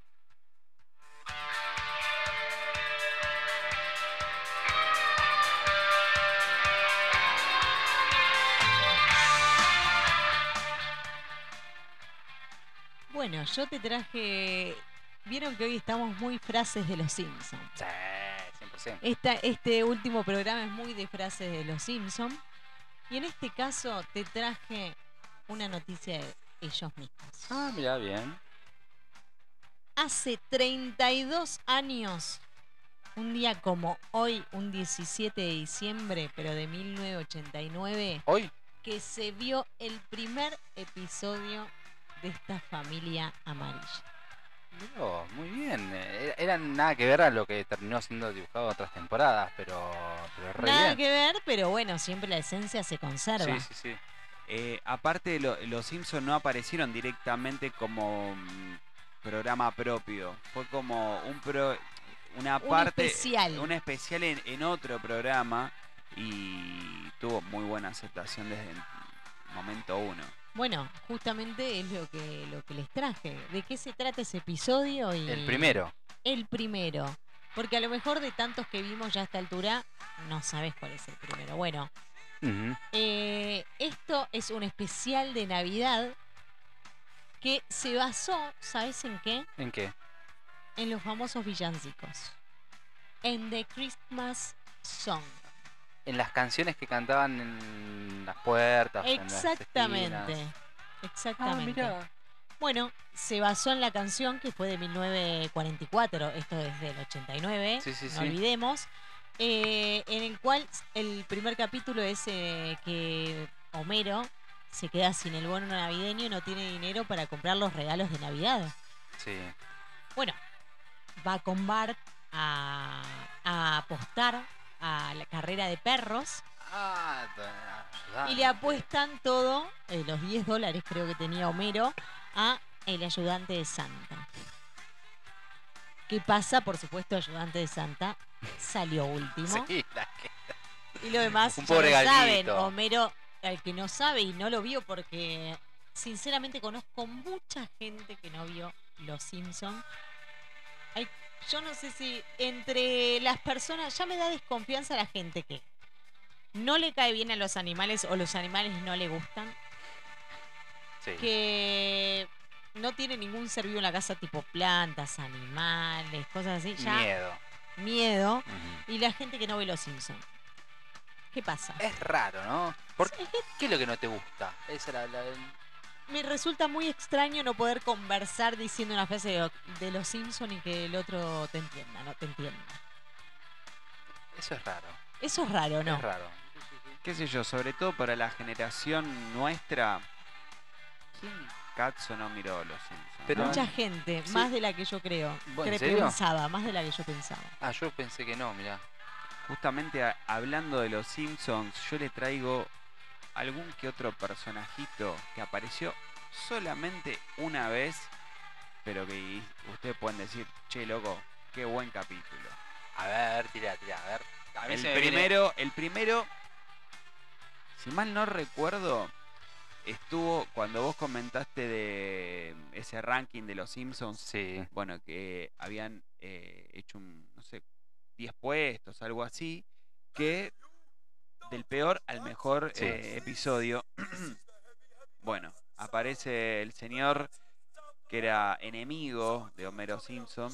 Bueno, yo te traje. Vieron que hoy estamos muy frases de los Simpsons. Sí, 100%. Este último programa es muy de frases de los Simpsons. Y en este caso te traje una noticia de ellos mismos. Ah, mira, bien. Hace 32 años, un día como hoy, un 17 de diciembre, pero de 1989, Hoy, que se vio el primer episodio de esta familia amarilla. miró, muy bien. Era nada que ver a lo que terminó siendo dibujado en otras temporadas, pero re Nada bien. que ver, pero bueno, siempre la esencia se conserva. Sí, sí, sí. Aparte, los Simpsons no aparecieron directamente como programa propio. Fue como una Un parte, especial. un especial en otro programa y tuvo muy buena aceptación desde el momento uno. Bueno, justamente es lo que les traje. ¿De qué se trata ese episodio? El primero. El primero. Porque a lo mejor de tantos que vimos ya a esta altura, no sabes cuál es el primero. Bueno, Ujú. esto es un especial de Navidad que se basó, ¿sabes en qué? ¿En qué? En los famosos villancicos. En The Christmas Song. En las canciones que cantaban en las puertas. en las Exactamente. esquinas. Exactamente. Ah, mirá. Bueno, se basó en la canción que fue de 1944, esto es del 89, Sí, sí, no sí. olvidemos, en el cual el primer capítulo es que Homero se queda sin el bono navideño y no tiene dinero para comprar los regalos de Navidad. Sí. Bueno, va con Bart a apostar a la carrera de perros Ah, y le apuestan todo, los $10 creo que tenía Homero, a el ayudante de Santa. ¿Qué pasa? Por supuesto, ayudante de Santa salió último. Sí, Y lo demás Un ya pobre lo saben. gallito. Homero, al que no sabe y no lo vio porque sinceramente conozco mucha gente que no vio Los Simpsons. Yo no sé si entre las personas ya me da desconfianza la gente que no le cae bien a los animales o los animales no le gustan, Sí. que no tiene ningún ser vivo en la casa, tipo plantas, animales, cosas así, ya Miedo. miedo. Ujú. Y la gente que no ve Los Simpsons. ¿Qué pasa? Es raro, ¿no? ¿Por Es qué es lo que no te gusta? Esa era Me resulta muy extraño no poder conversar diciendo una frase de Los Simpsons y que el otro te entienda, no te entienda. Eso es raro. Eso es raro, ¿no? Es raro. Qué sé yo, sobre todo para la generación nuestra, ¿quién cazzo no miró Los Simpsons? Pero- no? Mucha gente, Sí. más de la que yo creo. ¿En serio? Pensaba, más de la que yo pensaba. Ah, yo pensé que no, mirá. Justamente hablando de Los Simpsons, yo le traigo algún que otro personajito que apareció solamente una vez, pero que ustedes pueden decir, che, loco, qué buen capítulo. A ver, tira, a ver. A mí El se me viene- primero, si mal no recuerdo, estuvo cuando vos comentaste de ese ranking de Los Simpsons, Sí. bueno, que habían hecho no sé, 10 puestos, algo así, que del peor al mejor Sí. episodio, bueno, aparece el señor que era enemigo de Homero Simpson,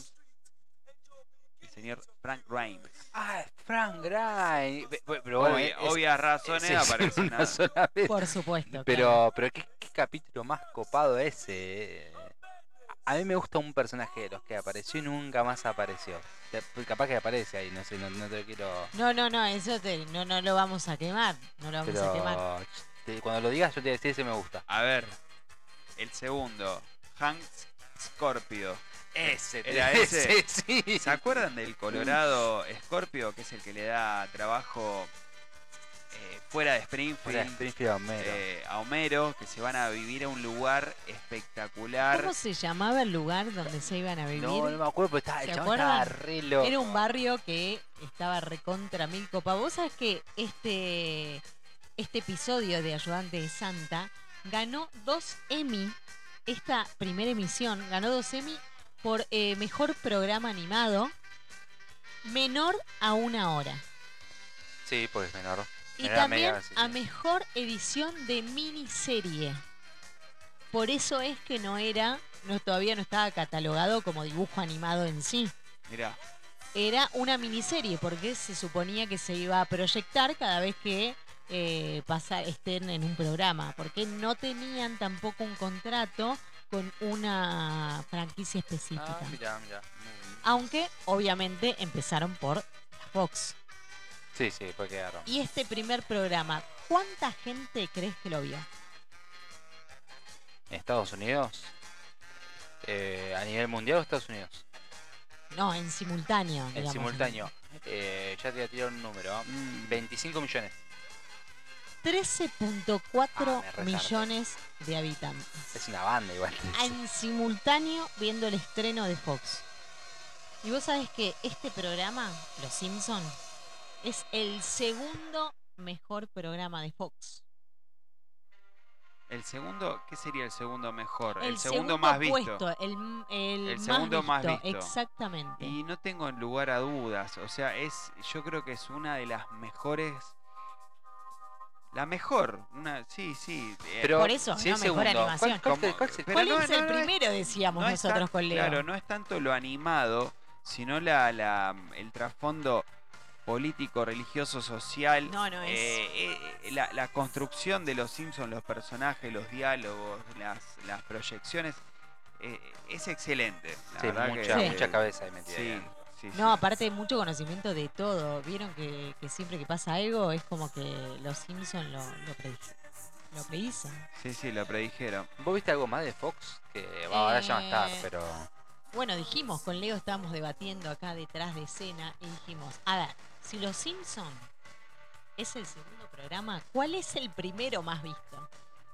el señor Frank Grimes. Ah, es Frank Grimes. Pero bueno, Obvias razones sí, aparece una una- sola vez. Por supuesto. claro. Pero ¿qué capítulo más copado ese. A mí me gusta un personaje de los que apareció y nunca más apareció. Capaz que aparece ahí, no sé, no te lo quiero. No, eso no lo vamos a quemar. No lo vamos a quemar. Pero cuando lo digas yo te decía ese me gusta. A ver, el segundo, Hank Scorpio. Ese, Era ese. sí. ¿Se acuerdan del Colorado Scorpio, que es el que le da trabajo fuera de Fuera de Springfield, Springfield a Homero. a Homero, que se van a vivir a un lugar espectacular. ¿Cómo se llamaba el lugar donde se iban a vivir? No me acuerdo, pero estaba, el ¿Se chabón estaba acuerdan? re loco. Era un barrio que estaba recontra mil copas. Vos sabés que este episodio de Ayudante de Santa ganó 2 Emmy. Esta primera emisión ganó 2 Emmy por mejor programa animado menor a 1 hora. Sí, pues es menor. Y Menor también media, sí, a sí. mejor edición de miniserie. Por eso es que todavía no estaba catalogado como dibujo animado en sí. Mirá, Era una miniserie porque se suponía que se iba a proyectar cada vez que estén en un programa, porque no tenían tampoco un contrato con una franquicia específica. Ah, mirá. Muy bien. Aunque obviamente empezaron por la Fox. Sí, después quedaron. Y este primer programa, ¿cuánta gente crees que lo vio? ¿En Estados Unidos? ¿A nivel mundial o Estados Unidos? No, en simultáneo. En digamos. simultáneo. Ya te voy a tirar un número. 25 millones. 13.4 me retardo. millones de habitantes. Es una banda igual. En simultáneo viendo el estreno de Fox. Y vos sabés que este programa, Los Simpson, es el segundo mejor programa de Fox. el segundo, ¿qué sería el segundo mejor? El segundo más visto. puesto, el segundo más visto. Exactamente. Y no tengo lugar a dudas. O sea, yo creo que es una de las mejores. La mejor. Sí. Pero Por eso, si no es mejor segundo, animación. ¿cuál Pero ¿Cuál no, es no, el no es- primero, decíamos no es nosotros tan- con Leo? Claro, no es tanto lo animado, sino el trasfondo político, religioso, social. No La construcción de los Simpsons, los personajes, los diálogos, las proyecciones, es excelente. La Sí, verdad mucha, que, mucha cabeza ahí metida. Sí, ahí. sí, No, sí. aparte hay mucho conocimiento de todo. Vieron que siempre que pasa algo es como que los Simpsons lo predicen. Sí, lo predijeron. ¿Vos viste algo más de Fox? Que ahora ya va a estar, pero... Bueno, dijimos, con Leo estábamos debatiendo acá detrás de escena y dijimos, a ver, si Los Simpson es el segundo programa, ¿cuál es el primero más visto?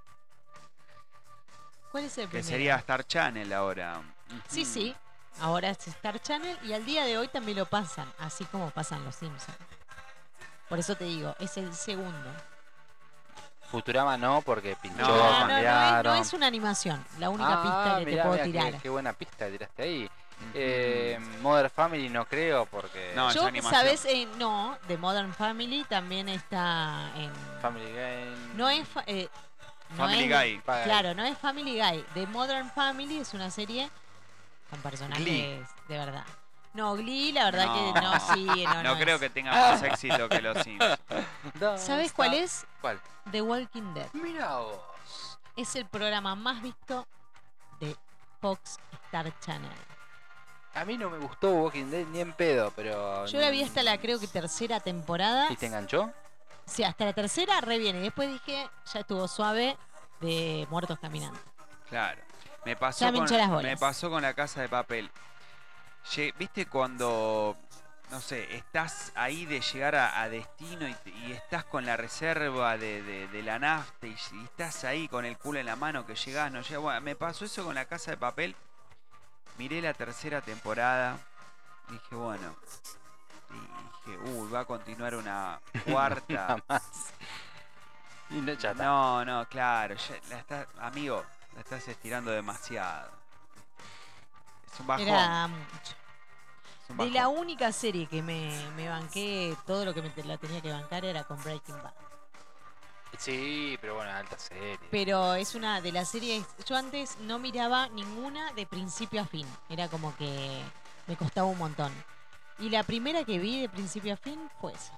¿Cuál es el Que primero? sería Star Channel ahora. Sí, ahora es Star Channel y al día de hoy también lo pasan, así como pasan Los Simpsons. Por eso te digo, es el segundo. Futurama no, porque pinchó, No, cambiaron. no es una animación, la única pista que mirá, te puedo mirá, tirar. Qué buena pista tiraste ahí. Modern Family no creo porque... No, es Yo, animación. ¿sabes? No, de Modern Family también está en... Family Game... No es... no Family es- Guy. Claro, no es Family Guy. The Modern Family es una serie con personajes Glee. de verdad. No, Glee, la verdad No. que no, sí, No creo es. que tenga más éxito que los Simpsons. ¿Sabes cuál es? ¿Cuál? The Walking Dead. Mira vos. Es el programa más visto de Fox Star Channel. A mí no me gustó Walking Dead ni en pedo, pero... Yo la vi hasta la, creo que tercera temporada. ¿Y te enganchó? Sí, hasta la tercera re bien. Y después dije, ya estuvo suave de Muertos Caminando. Claro. Me pasó, Ya me hinchó las bolas. me pasó con La Casa de Papel. ¿Viste cuando, no sé, estás ahí de llegar a destino y estás con la reserva de la nafta y estás ahí con el culo en la mano que llegás, no llegas? Bueno, me pasó eso con La Casa de Papel. Miré la tercera temporada. Dije, bueno. Y dije, va a continuar una cuarta. Nada más. Y no, ya está. No, claro. Amigo, la estás estirando demasiado. Es un bajón. Era mucho. es un De bajón. la única serie que me banqué, todo lo que la tenía que bancar era con Breaking Bad. Sí, pero bueno, alta serie. Pero es una de las series. Yo antes no miraba ninguna de principio a fin. Era como que me costaba un montón. Y la primera que vi de principio a fin fue esa.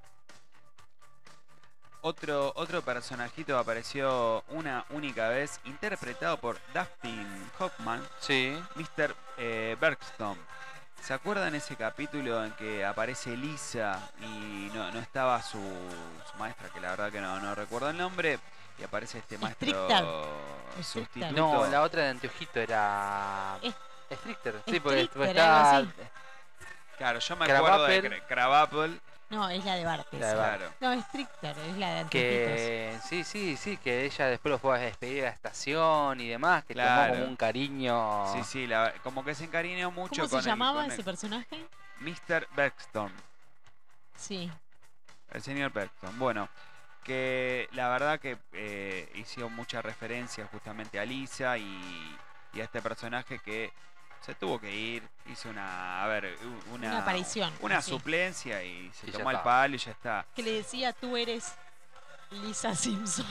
Otro personajito apareció una única vez, interpretado por Dustin Hoffman, Sí. Mr. Bergstrom. ¿Se acuerdan ese capítulo en que aparece Lisa y no estaba su maestra, que la verdad que no recuerdo el nombre, y aparece este maestro Stricter. sustituto? No, la otra de anteojito era... Es- Stricter. Sí, porque Stricter, está... algo Claro, yo me acuerdo de Krabappel. Krabappel No, es la de Bart. La de esa. Bart. Claro. No, es Trickster, es la de Antiquitos. Que sí, que ella después lo fue a despedir a la estación y demás, que Claro. tomó como un cariño. Sí, sí, como que se encariñó mucho ¿Cómo con se llamaba con ese personaje? Mr. Bergstrom, Sí. el señor Bergstrom. Bueno, que la verdad que hizo mucha referencia justamente a Lisa y a este personaje que se tuvo que ir, hizo una aparición, una así. suplencia y se Y ya tomó el está. palo y ya está. Que le decía, tú eres Lisa Simpson.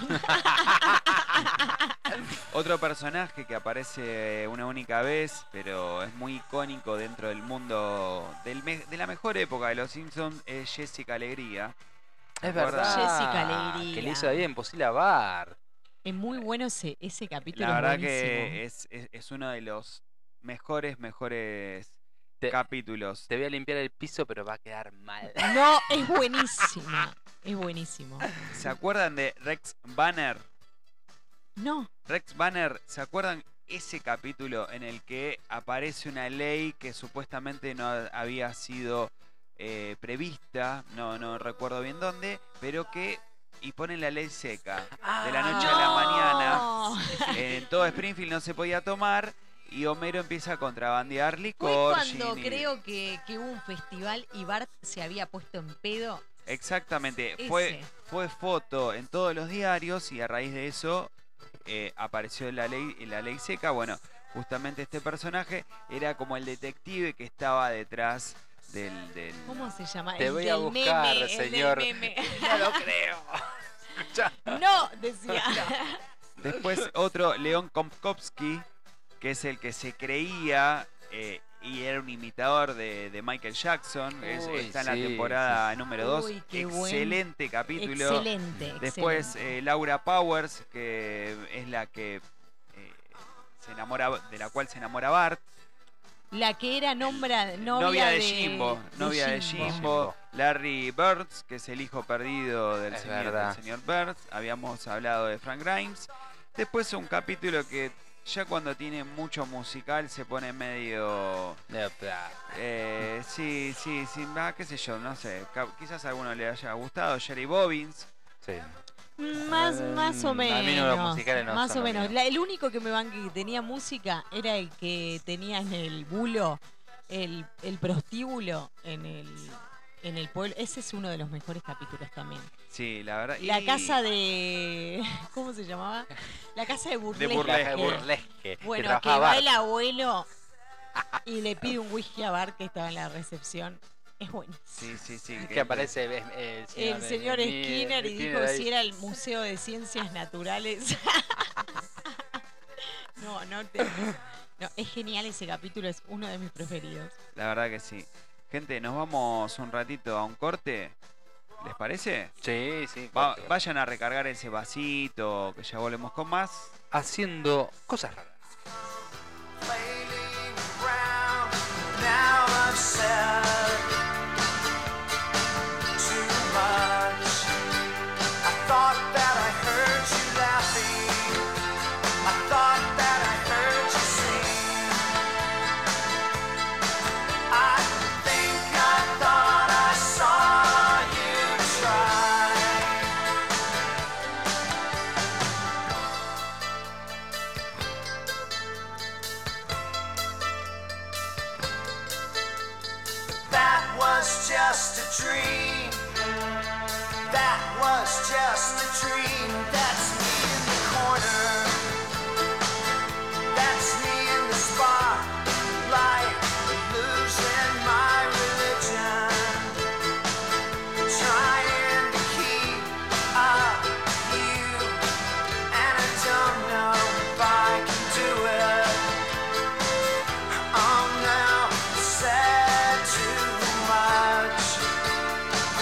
Otro personaje que aparece una única vez, pero es muy icónico dentro del mundo de la mejor época de los Simpsons, es Jessica Alegría. ¿Se Es acuerdan? verdad. Jessica Alegría. Que le hizo bien posible a Bart. Es muy bueno ese capítulo. La verdad es buenísimo. que es uno de los mejores Te- capítulos. Te voy a limpiar el piso, pero va a quedar mal. No, es buenísima. Es buenísimo. ¿Se acuerdan de Rex Banner? No. Rex Banner, ¿se acuerdan ese capítulo en el que aparece una ley que supuestamente no había sido prevista, no recuerdo bien dónde, pero que y ponen la ley seca de la noche a la mañana? No. En todo Springfield no se podía tomar y Homero empieza a contrabandear Fue licor. cuando gin y- creo que hubo un festival y Bart se había puesto en pedo. Exactamente, Ese. fue foto en todos los diarios y a raíz de eso apareció la ley seca. Bueno, justamente este personaje era como el detective que estaba detrás del... ¿Cómo se llama? Te El voy a del buscar, meme, el del señor. meme. No lo creo. No, decía. Después otro, León Kompkowski, que es el que se creía y era un imitador de Michael Jackson. Uy, Está en la sí, temporada número 2. Uy, qué buen- Excelente capítulo. Excelente. Después excelente. Laura Powers, que es la que se enamora, de la cual se enamora Bart. La que era novia De Jimbo. Novia de Jimbo. Larry Burns, que es el hijo perdido del Es señor verdad. Burns. Habíamos hablado de Frank Grimes. Después un capítulo que ya cuando tiene mucho musical se pone medio... sí, qué sé yo, no sé. Quizás a alguno le haya gustado. Jerry Bobbins. Sí. Más o a mí menos. no, los musicales no más son o lo menos. mío. El único que me banque que tenía música era el que tenía en el bulo, el prostíbulo en el pueblo. Ese es uno de los mejores capítulos también. Sí, la verdad. La y- casa de... ¿Cómo se llamaba? La casa de Burlesque. Burlesque. Burlesque. Bueno, que trabajaba va Bart. el abuelo y le pide un whisky a Bart que estaba en la recepción. Es bueno. Sí. Que aparece El señor Skinner y dijo ahí. si era el Museo de Ciencias Naturales. No, es genial ese capítulo, es uno de mis preferidos. La verdad que sí. Gente, nos vamos un ratito a un corte. ¿Les parece? Sí. Vayan a recargar ese vasito, que ya volvemos con más. Haciendo cosas raras. Flailing around, now I've said too much. I thought that I heard you laughing. I thought that I heard you sing. I think I thought I saw you try. That was just a dream. That was just a dream. That's me in the corner. That's me in the spotlight, losing my religion. Trying to keep up with you, and I don't know if I can do it. Oh no, said too much.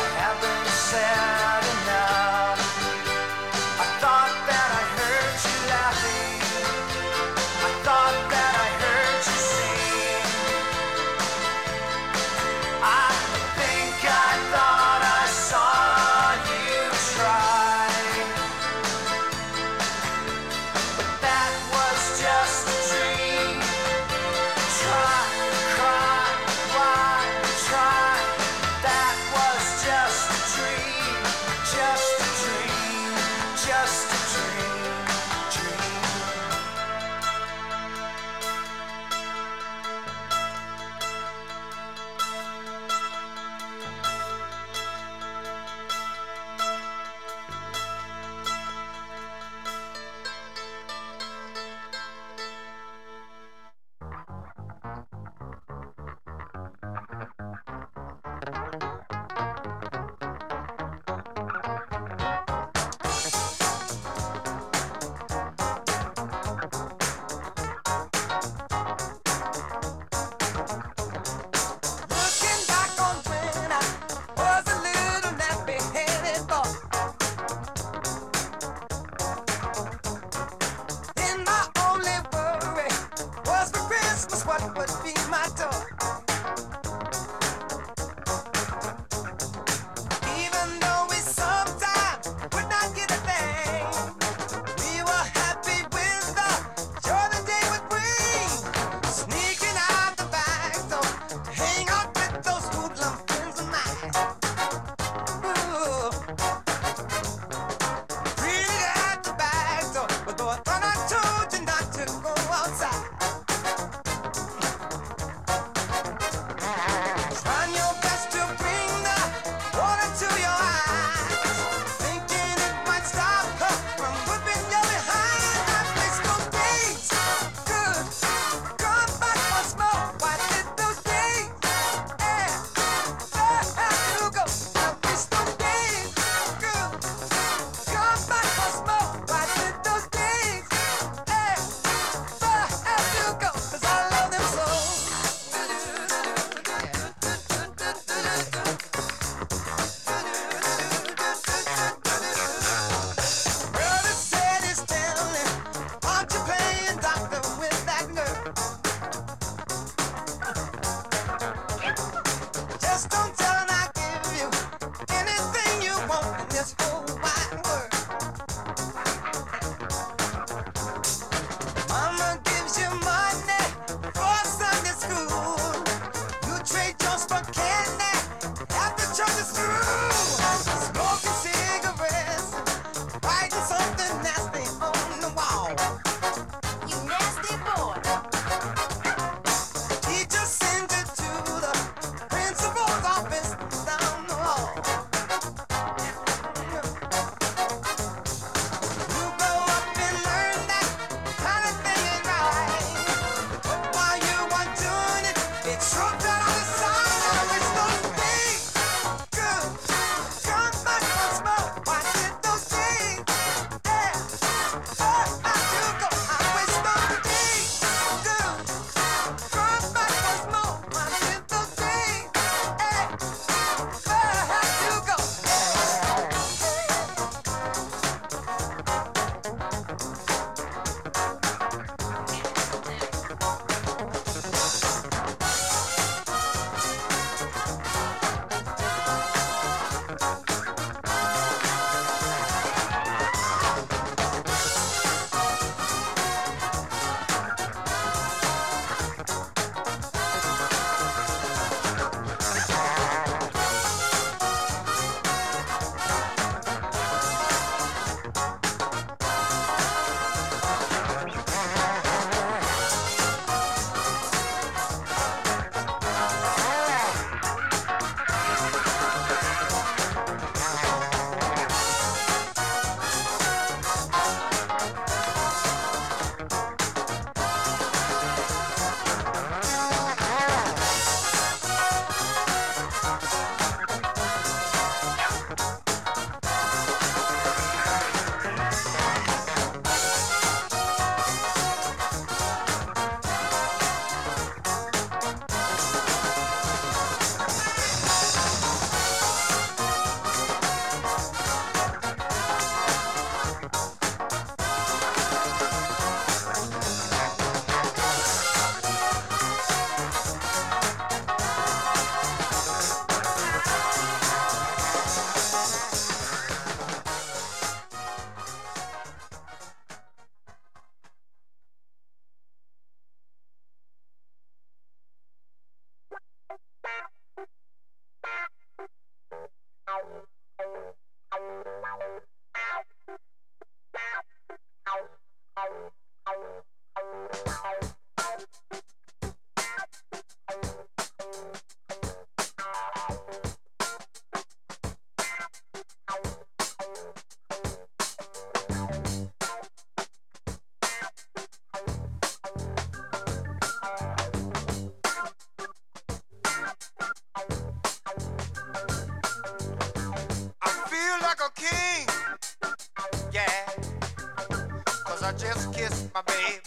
I just kissed my baby.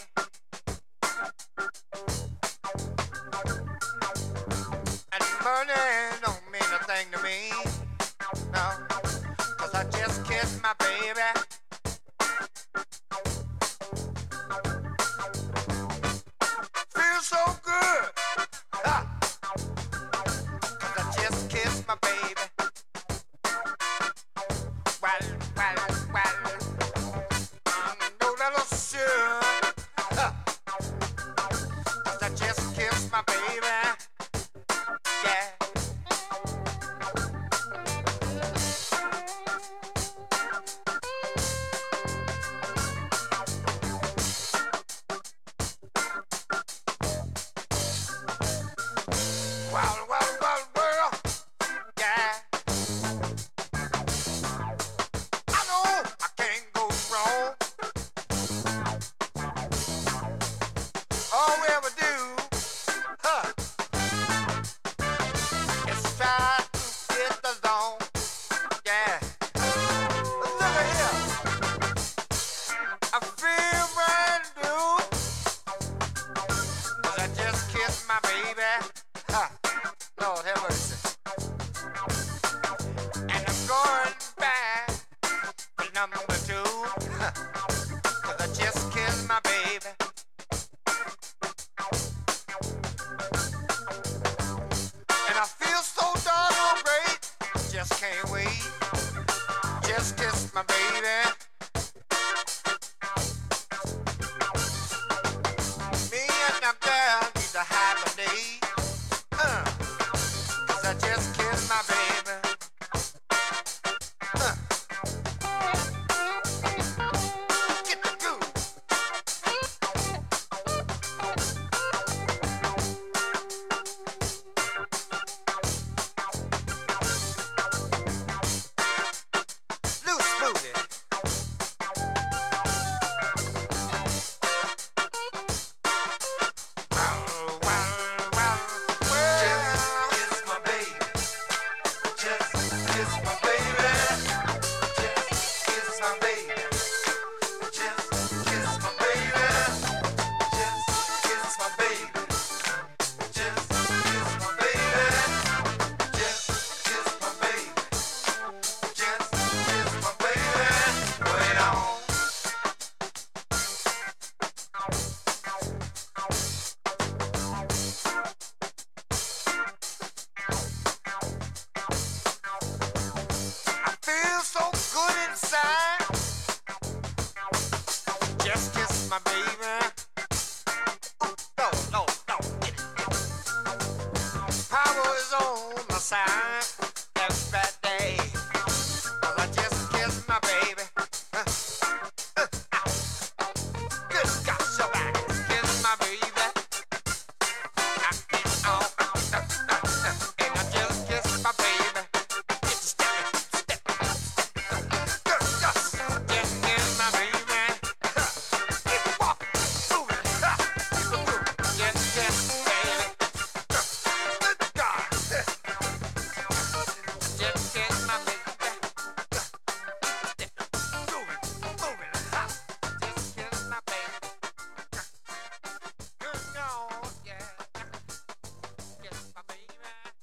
And money don't mean a thing to me, no, 'cause I just kissed my baby. Feels so good, ha, 'cause I just kissed my baby. My baby, yeah. was on my side every day. 'Cause I just kissed my baby. Good God, somebody kissed my baby. And I just kissed my baby. It's step, step. Good God, just kissed my baby. Keep it walking, moving, keep it moving. Just kiss baby. Good God, just kiss my baby. Moving, moving, just kiss my baby. Good God, yeah. Kiss my baby.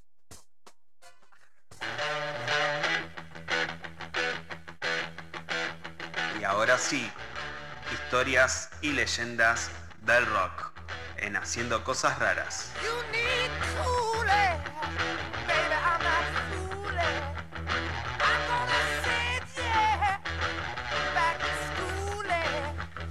Y ahora sí, historias y leyendas del rock en Haciendo Cosas Raras. You need cooling, baby. I'm not fooling. I'm gonna send you back to schooling,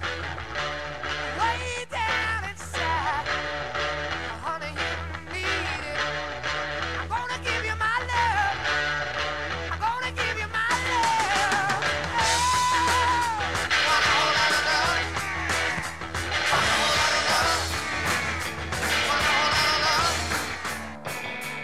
way down inside. Honey, you need it. I'm gonna give you my love. I'm gonna give you my love. One whole lot of love. One whole lot of love. One whole lot of love.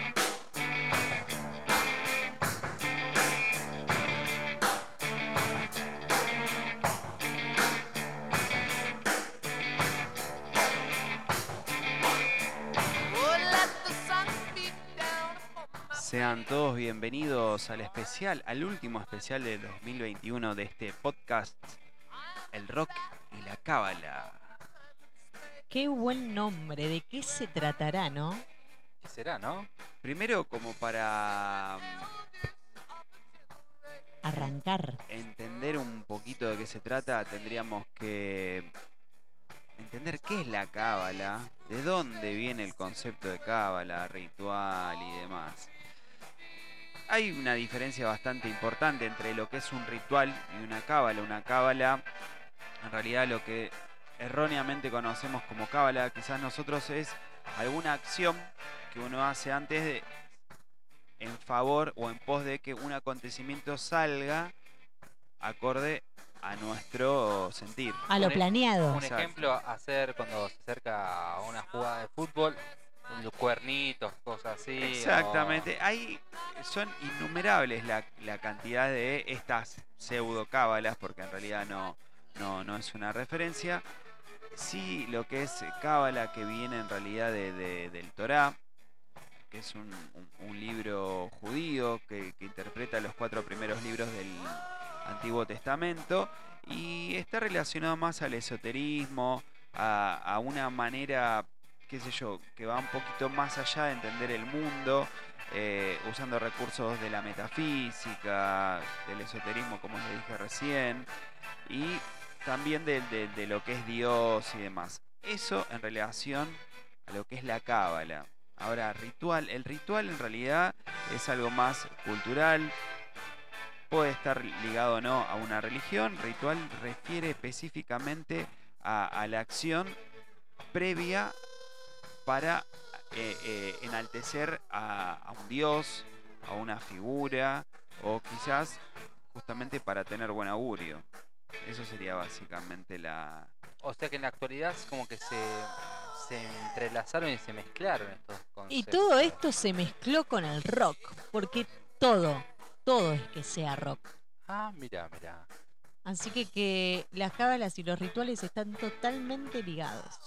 Oh, let the sun beat down upon my Sean todos bienvenidos al especial, al último especial de 2021 de este podcast, El Rock y la Cábala. Qué buen nombre. ¿De qué se tratará, no? ¿Qué será, no? Primero, como para Arrancar. entender un poquito de qué se trata, tendríamos que entender qué es la cábala, de dónde viene el concepto de cábala, ritual y demás. Hay una diferencia bastante importante entre lo que es un ritual y una cábala. Una cábala, en realidad lo que erróneamente conocemos como cábala, quizás nosotros es alguna acción que uno hace antes de, en favor o en pos de que un acontecimiento salga acorde a nuestro sentir. A lo Un e- planeado. Un Exacto. ejemplo, hacer cuando se acerca a una jugada de fútbol, los cuernitos, cosas así. Exactamente, hay, son innumerables la cantidad de estas pseudo cábalas, porque en realidad no es una referencia. Sí, lo que es cábala, que viene en realidad del Torá, que es un libro judío que interpreta los 4 primeros libros del Antiguo Testamento, y está relacionado más al esoterismo, a una manera, qué sé yo, que va un poquito más allá de entender el mundo, usando recursos de la metafísica, del esoterismo, como les dije recién, y también de lo que es Dios y demás. Eso en relación a lo que es la cábala. Ahora, ritual. El ritual en realidad es algo más cultural. Puede estar ligado o no a una religión. Ritual refiere específicamente a la acción previa para enaltecer a un dios, a una figura, o quizás justamente para tener buen augurio. Eso sería básicamente la... O sea que en la actualidad es como que se entrelazaron y se mezclaron estos conceptos. Y todo esto se mezcló con el rock, porque todo es que sea rock. Ah, mira. Así que las cábalas y los rituales están totalmente ligados.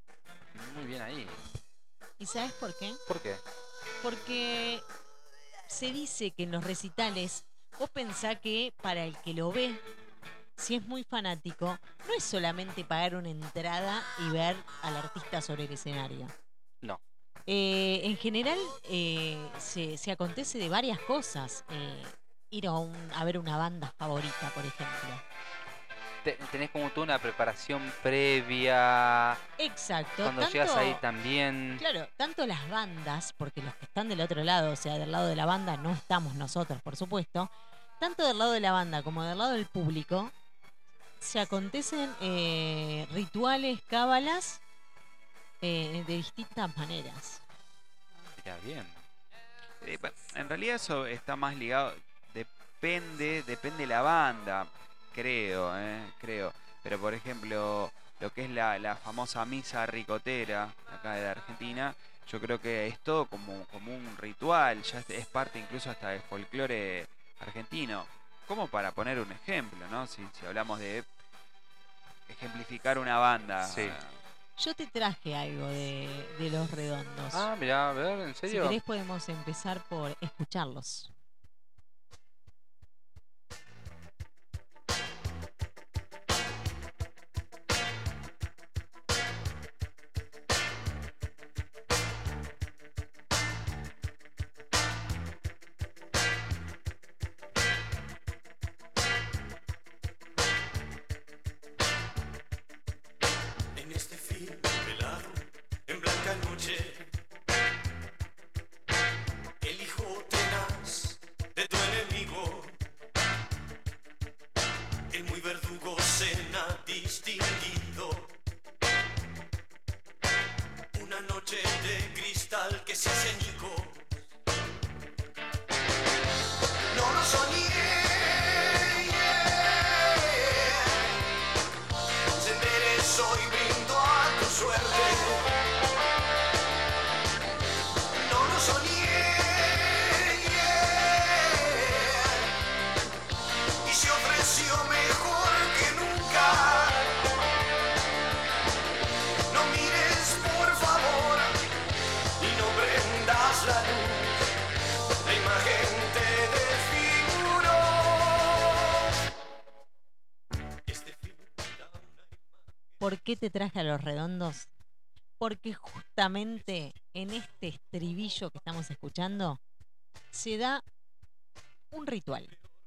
Muy bien ahí. ¿Y sabes por qué? ¿Por qué? Porque se dice que en los recitales, vos pensás que para el que lo ve, si es muy fanático, no es solamente pagar una entrada y ver al artista sobre el escenario. No. En general se acontece de varias cosas. Ir a ver una banda favorita, por ejemplo. Tenés como tú una preparación previa. Exacto. Cuando llegas ahí también. Claro, tanto las bandas, porque los que están del otro lado, o sea, del lado de la banda no estamos nosotros, por supuesto, tanto del lado de la banda como del lado del público, se acontecen rituales, cábalas, de distintas maneras. Mira, bien. realidad eso está más ligado, depende la banda, creo. Pero por ejemplo, lo que es la famosa misa ricotera acá de Argentina, yo creo que es todo como un ritual, ya es parte incluso hasta del folclore argentino. Como para poner un ejemplo, ¿no? Si hablamos de ejemplificar una banda. Sí. Yo te traje algo de Los Redondos. Ah, mirá, a ver, ¿en Si serio? querés podemos empezar por escucharlos. En este film velado, en blanca noche, el hijo tenaz de tu enemigo, el muy verdugo cena distinguido. Una noche de cristal que se hace añicos. No lo soñé. Se enderezó y brindo a tu suerte. No lo soñé. Y se ofreció mejor que nunca. No mires por favor y no prendas la luz. La imagen te desfiguró. Este film da una ¿Por qué te traje a Los Redondos? Porque justamente en este estribillo que estamos escuchando se da un ritual.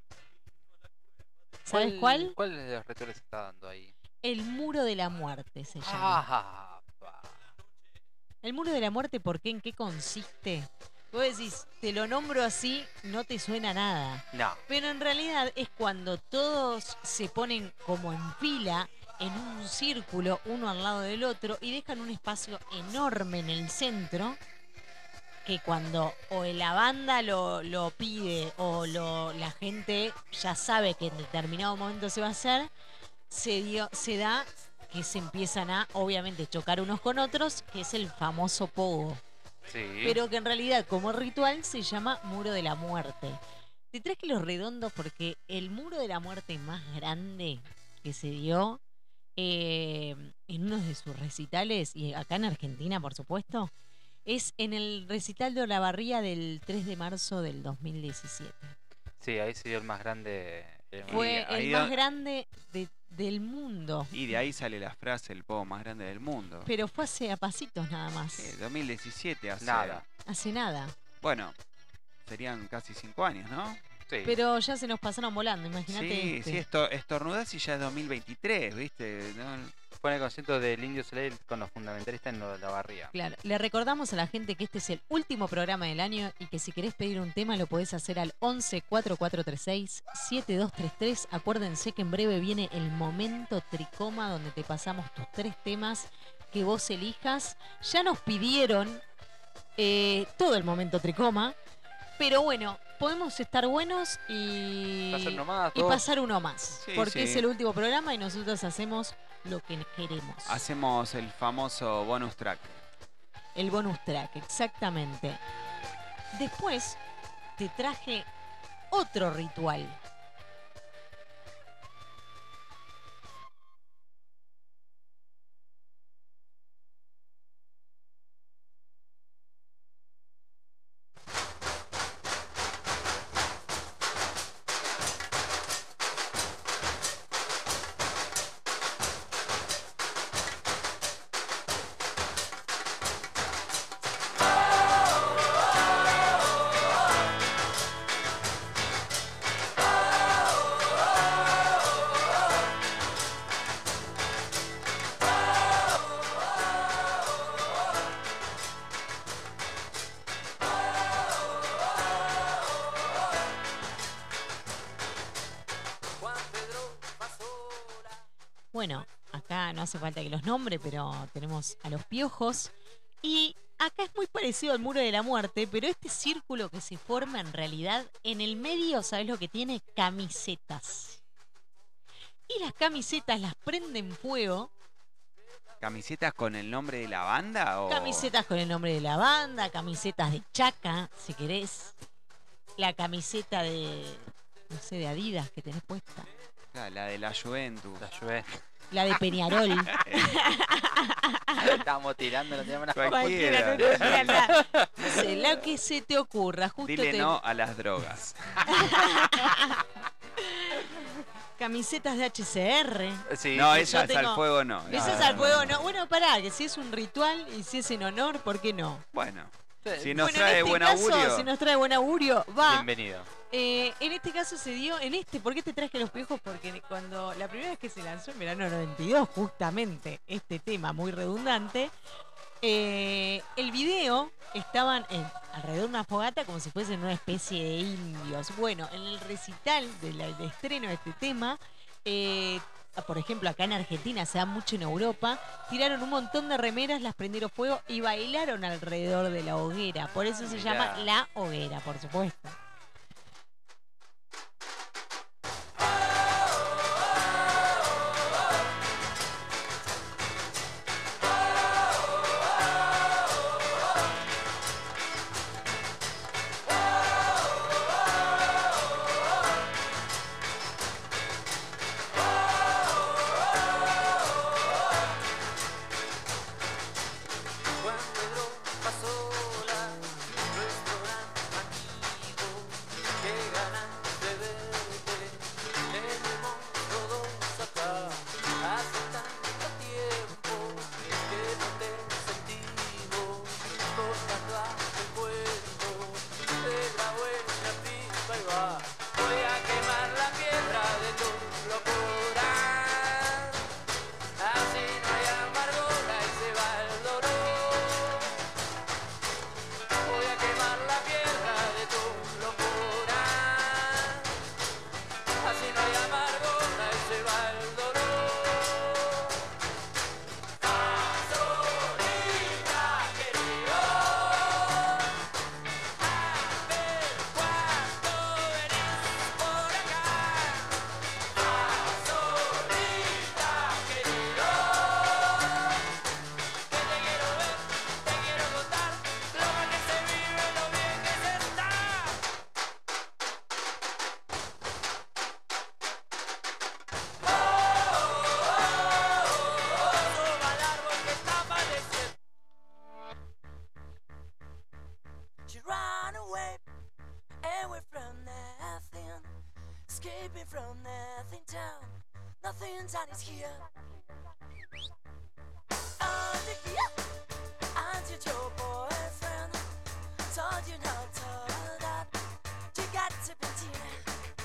¿Sabes cuál? ¿Cuál de los rituales se está dando ahí? El Muro de la Muerte se llama. Ah, pa. El Muro de la Muerte, ¿por qué? ¿En qué consiste? Vos decís, te lo nombro así, no te suena nada. No. Pero en realidad es cuando todos se ponen como en fila, en un círculo, uno al lado del otro, y dejan un espacio enorme en el centro, que cuando o la banda lo pide o la gente ya sabe que en determinado momento se va a hacer, se da que se empiezan a, obviamente, chocar unos con otros, que es el famoso pogo. Sí. Pero que en realidad como ritual se llama Muro de la Muerte. Te traje Los Redondos porque el Muro de la Muerte más grande que se dio en uno de sus recitales, y acá en Argentina por supuesto, es en el recital de Olavarría del 3 de marzo del 2017. Sí, ahí se dio el más grande. Fue ahí el da- más grande del mundo, Y de ahí sale la frase, el pogo más grande del mundo. pero fue hace a pasitos nada más, Sí, 2017 hace... Nada. hace nada. Bueno, serían casi 5 años, ¿no? Sí. Pero ya se nos pasaron volando, imagínate. Sí, sí, estornudás y ya es 2023, ¿viste? ¿No? Fue en el concierto del Indio Soleil con los fundamentalistas en la barría. Claro, le recordamos a la gente que este es el último programa del año y que si querés pedir un tema lo podés hacer al 11 4436 7233. Acuérdense que en breve viene el momento Tricoma donde te pasamos tus 3 temas que vos elijas. Ya nos pidieron todo el momento Tricoma, pero bueno, podemos estar buenos y pasar uno más, Sí, porque sí. es el último programa y nosotros hacemos lo que queremos. Hacemos el famoso bonus track. El bonus track, exactamente. Después te traje otro ritual. Bueno, acá no hace falta que los nombre, pero tenemos a los Piojos. Y acá es muy parecido al muro de la muerte, pero este círculo que se forma en realidad, en el medio, ¿sabes lo que tiene? Camisetas. Y las camisetas las prenden fuego. ¿Camisetas con el nombre de la banda? O... Camisetas con el nombre de la banda, camisetas de Chaca, si querés. La camiseta de, no sé, de Adidas que tenés puesta. Claro, la de la Juventus. La lluvia. La de Peñarol. Estábamos tirando, no teníamos nada. Cualquiera, no tenía nada. No sé, lo que se te ocurra. Justo Dile te... no a las drogas. Camisetas de HCR. Sí, No, sí, esas yo tengo- al fuego no. Esas No, al fuego no. no. Bueno, pará, que si es un ritual y si es en honor, ¿por qué no? Bueno, sí. si nos Bueno, trae en este buen caso, augurio. si nos trae buen augurio, va. Bienvenido. En este caso se dio, ¿por qué te traje los piojos? Porque cuando la primera vez que se lanzó en verano 92, justamente este tema muy redundante, el video estaban alrededor de una fogata como si fuesen una especie de indios. Bueno, en el recital del estreno de este tema, por ejemplo, acá en Argentina, se da mucho en Europa, tiraron un montón de remeras, las prendieron fuego y bailaron alrededor de la hoguera. Por eso se Mirá. llama la hoguera, por supuesto. Cuando pasó la nuestro gran amigo, qué ganas de verte en el mundo dos acá. Hace tanto tiempo que no te sentimos contando aquel cuento de la buena pipa y va. Voy a quemar la piedra de tu locura. Así no hay amargura y se va el dolor. Voy a quemar la piedra de tu locura. Así no hay amargura y se va el dolor. Azorita querido, a ver cuándo venís por acá. Azorita querido, que te quiero ver, te quiero contar lo mal que se vive, lo bien que se está. Toma el árbol que está amaneciendo. She ran away, and we're from nothing, escaping from nothing town. Nothing town is here. Under here, until your boyfriend told you not to that you got to be teen.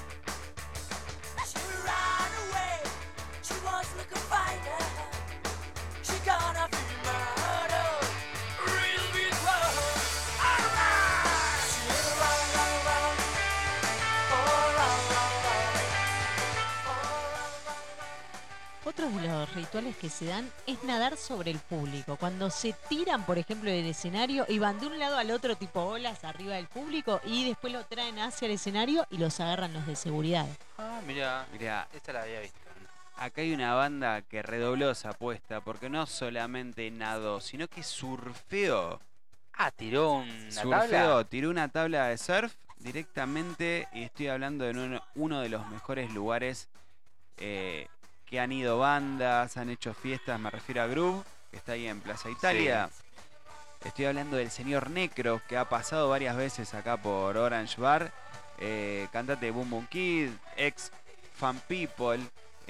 She ran away, she was looking finer. She gonna be murdered, real big love. Alright, she run, run, run, oh run, run, run, oh run, run, run. Otros de los rituales que se dan es nadar sobre el público. Cuando se tiran, por ejemplo, del escenario y van de un lado al otro tipo olas arriba del público y después lo traen hacia el escenario y los agarran los de seguridad. Ah, mira, Mirá, esta la había visto. acá hay una banda que redobló esa apuesta porque no solamente nadó, sino que surfeó. Ah, tiró una Surfeó, tabla. tiró una tabla de surf directamente y estoy hablando de uno de los mejores lugares que han ido bandas, han hecho fiestas, me refiero a Groove, que está ahí en Plaza Italia. Estoy hablando del señor Necro, que ha pasado varias veces acá por Orange Bar, cantante de Boom Boom Kid, ex Fan People.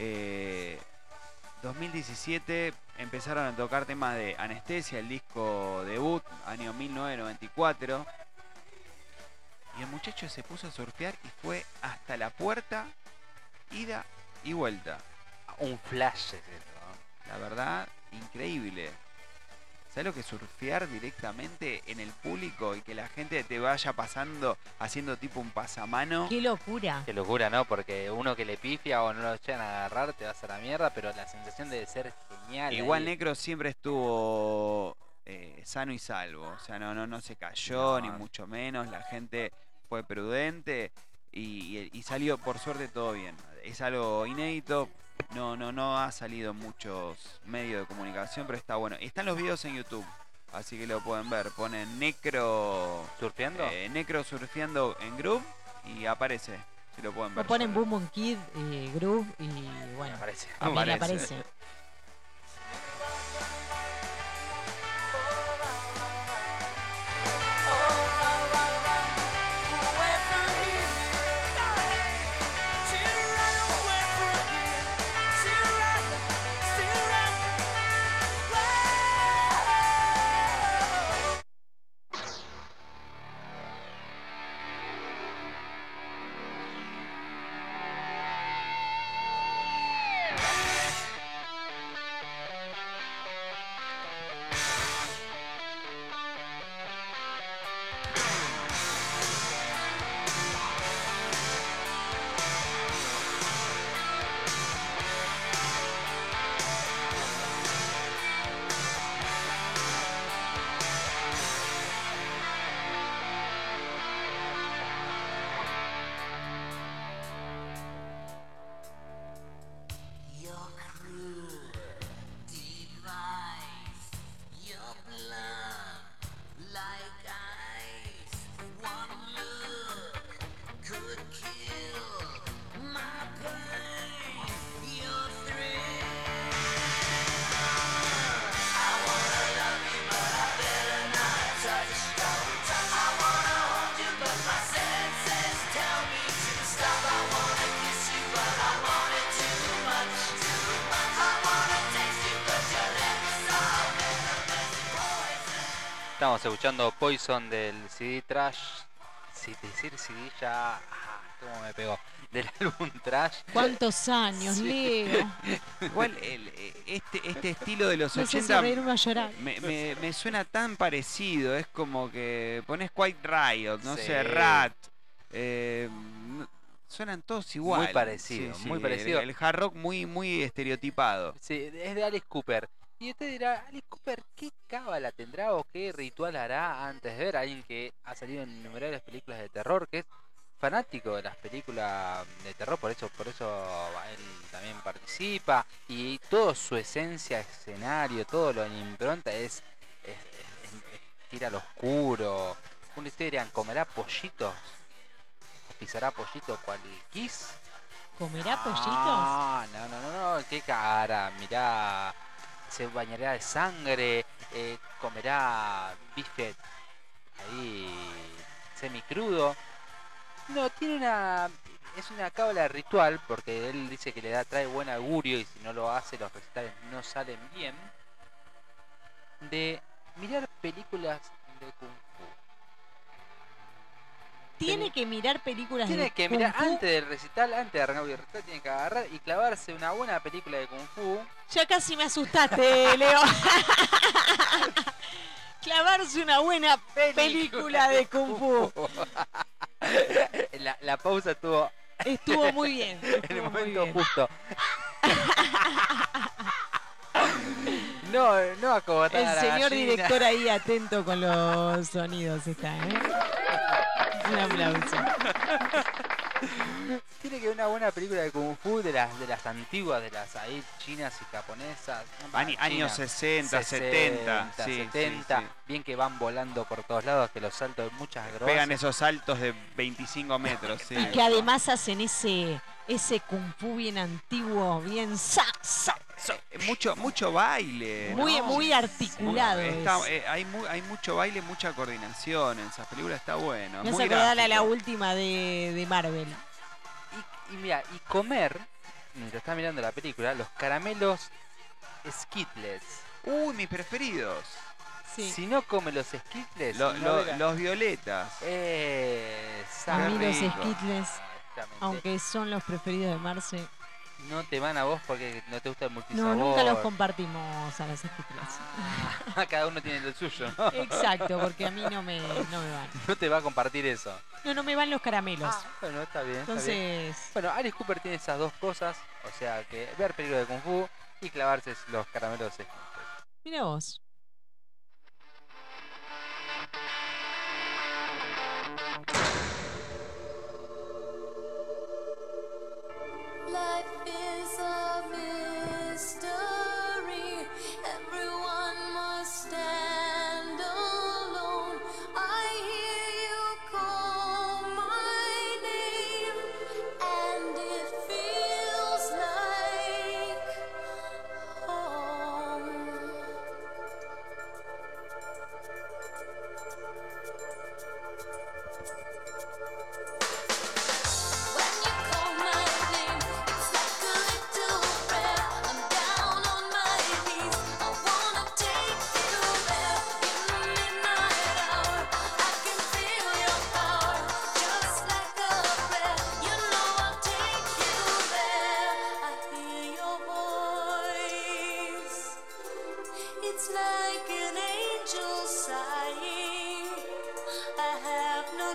2017 empezaron a tocar temas de Anestesia, el disco debut, año 1994. Y el muchacho se puso a surfear y fue hasta la puerta, ida y vuelta. Un flash es eso, ¿no? La verdad, increíble. ¿Sabes lo que es surfear directamente en el público y que la gente te vaya pasando haciendo tipo un pasamano? ¡Qué locura! Qué locura, ¿no? Porque uno que le pifia o no lo llegan a agarrar te vas a la mierda, pero la sensación debe ser genial. Igual ahí. Necro siempre estuvo sano y salvo. O sea, no se cayó, ni mucho menos. La gente fue prudente y salió, por suerte, todo bien. Es algo inédito. No ha salido en muchos medios de comunicación, pero está bueno. Están los videos en YouTube, así que lo pueden ver. Ponen Necro ¿Surfeando? Necro surfeando en Groove y aparece. Si lo pueden O ver. ponen Boom Boom Kid, Groove y bueno, Aparece. también le Aparece. aparece. Estamos escuchando Poison del CD Trash. Si decir CD ya. ¿Cómo me pegó? Del álbum Trash. ¿Cuántos años, Sí. Leo? Igual este estilo de los No sé si 80 reír o llorar. me suena tan parecido. Es como que pones Quiet Riot, no Sí. sé, Rat. Suenan todos igual. Muy parecido, muy parecido. El hard rock muy estereotipado. Sí, es de Alice Cooper. Y usted dirá, Alice Cooper, ¿qué cábala tendrá o qué ritual hará antes de ver a alguien que ha salido en innumerables películas de terror, que es fanático de las películas de terror, por eso él también participa, y toda su esencia, escenario, todo lo en impronta es tira al oscuro. Ustedes dirían, ¿comerá pollitos? ¿Pisará pollito cual Kiss? ¿Comerá pollitos? No, qué cara, mirá, se bañará de sangre, comerá bife ahí semicrudo. No, es una cábala ritual, porque él dice que trae buen augurio y si no lo hace los recitales no salen bien, de mirar películas de Kung Fu. Tiene que mirar películas Tiene de que Kung mirar Fu. antes del recital, antes de arrancar el recital, tiene que agarrar y clavarse una buena película de Kung Fu. Ya casi me asustaste, Leo. Clavarse una buena película de Kung Fu. La pausa estuvo Estuvo muy bien. en el estuvo muy momento bien. justo. No acogotar El a la señor gallina. director ahí atento con los sonidos está, ¿eh? Un aplauso. Tiene que ver una buena película de Kung Fu de las antiguas, de las ahí chinas y japonesas. Años 60, 70. Sí, 70. sí. Bien que van volando por todos lados, que los saltos de muchas grosas. Pegan esos saltos de 25 metros. Sí. Y que además hacen ese Kung Fu bien antiguo, bien Mucho baile. ¿no? muy articulado. Hay mucho baile, mucha coordinación en esas películas, está bueno. Me es hace muy acordar a la gráfico. última de Marvel. Y mira, y comer, mientras está mirando la película, los caramelos Skittles. Uy, mis preferidos. Sí. Si no come los Skittles, Los violetas. A mí los rico. Skittles, aunque son los preferidos de Marce, no te van a vos porque no te gusta el multisabor. no, nunca los compartimos a los Skittles. Cada uno tiene el suyo, ¿no? Exacto, porque a mí no me van. No te va a compartir eso. No me van los caramelos. Bueno, está bien. Está bien. Entonces, Bueno, Alice Cooper tiene esas dos cosas, o sea que ver películas de Kung Fu y clavarse los caramelos Skittles. mira vos.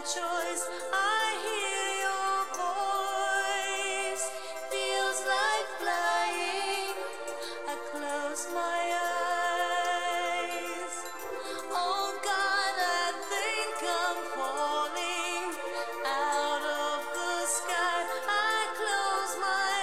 choice. I hear your voice. Feels like flying. I close my eyes. Oh God, I think I'm falling out of the sky. I close my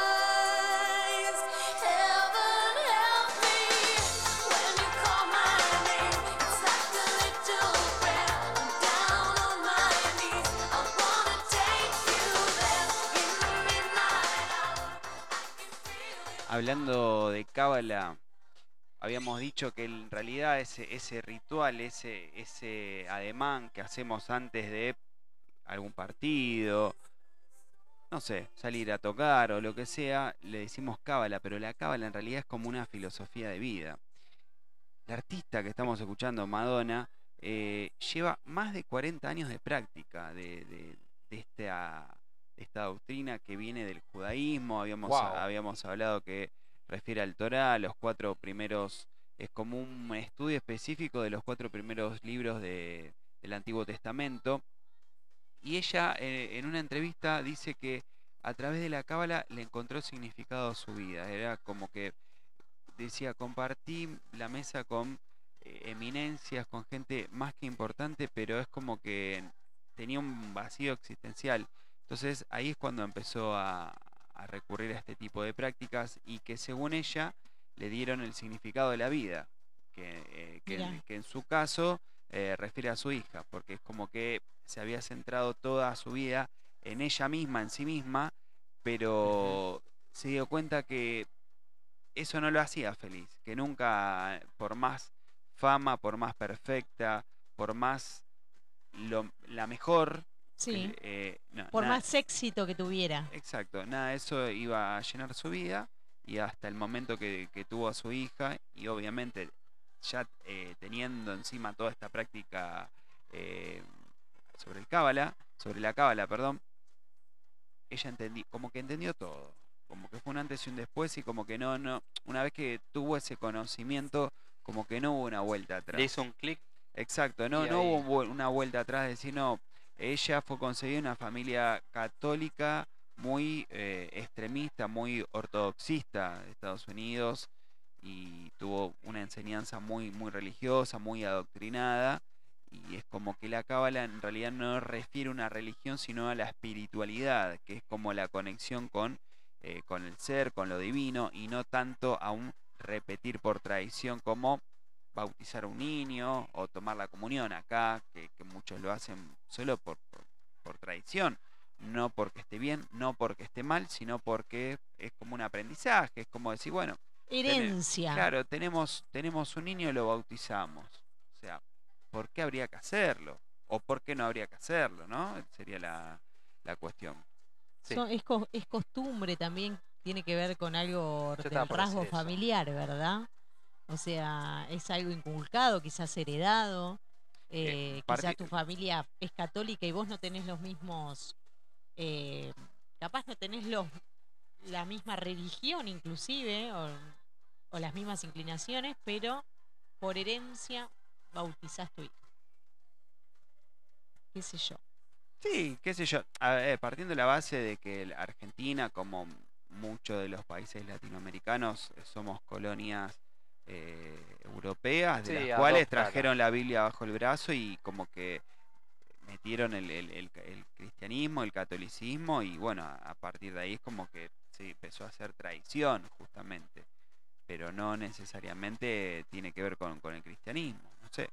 eyes. Heaven help me when you call my name. It's like a little prayer. I'm down on my knees. I wanna take you there in the midnight hour. I can feel it. Hablando de cábala, habíamos dicho que en realidad ese ritual, ese ademán que hacemos antes de algún partido, no sé, salir a tocar o lo que sea, le decimos cábala, pero la cábala en realidad es como una filosofía de vida. La artista que estamos escuchando, Madonna, lleva más de 40 años de práctica de esta doctrina que viene del judaísmo. Wow. Habíamos hablado que refiere al Torá, los 4 primeros, es como un estudio específico de los 4 primeros libros del Antiguo Testamento. Y ella en una entrevista dice que a través de la cábala le encontró significado a su vida. Era como que decía, compartí la mesa con eminencias, con gente más que importante, pero es como que tenía un vacío existencial. Entonces ahí es cuando empezó a recurrir a este tipo de prácticas y que según ella le dieron el significado de la vida, que Mirá. en su caso refiere a su hija, porque es como que se había centrado toda su vida en ella misma, en sí misma, pero se dio cuenta que eso no lo hacía feliz, que nunca, por más fama, por más perfecta, por más la mejor, Sí, no, por nada- más éxito que tuviera. exacto, nada de eso iba a llenar su vida y hasta el momento que tuvo a su hija y obviamente ya teniendo encima toda esta práctica sobre la cábala, perdón, ella como que entendió todo, como que fue un antes y un después y como que no, una vez que tuvo ese conocimiento, como que no hubo una vuelta atrás. Le hizo un clic. Exacto, Y no ahí- hubo una vuelta atrás de decir, no, ella fue concebida en una familia católica muy extremista, muy ortodoxista de Estados Unidos y tuvo una enseñanza muy, muy religiosa, muy adoctrinada y es como que la cábala en realidad no refiere a una religión sino a la espiritualidad, que es como la conexión con el ser, con lo divino y no tanto a un repetir por tradición como bautizar a un niño o tomar la comunión acá, que muchos lo hacen solo por tradición, no porque esté bien, no porque esté mal, sino porque es como un aprendizaje, es como decir, bueno, Herencia. claro, tenemos un niño y lo bautizamos. O sea, ¿por qué habría que hacerlo? ¿O por qué no habría que hacerlo? ¿No? Sería la cuestión. Sí. Es costumbre también, tiene que ver con algo Yo del estaba por rasgo decir eso. familiar, ¿verdad? O sea, es algo inculcado, quizás heredado. Quizás tu familia es católica y vos no tenés los mismos, capaz no tenés la misma religión inclusive, o las mismas inclinaciones, pero por herencia bautizás tu hijo. ¿Qué sé yo? Sí, qué sé yo. A ver, partiendo de la base de que la Argentina, como muchos de los países latinoamericanos, somos colonias europeas, de Sí, las cuales adóptala. trajeron la Biblia bajo el brazo y como que metieron el cristianismo, el catolicismo y bueno, a partir de ahí es como que se empezó a hacer tradición justamente, pero no necesariamente tiene que ver con el cristianismo, no sé.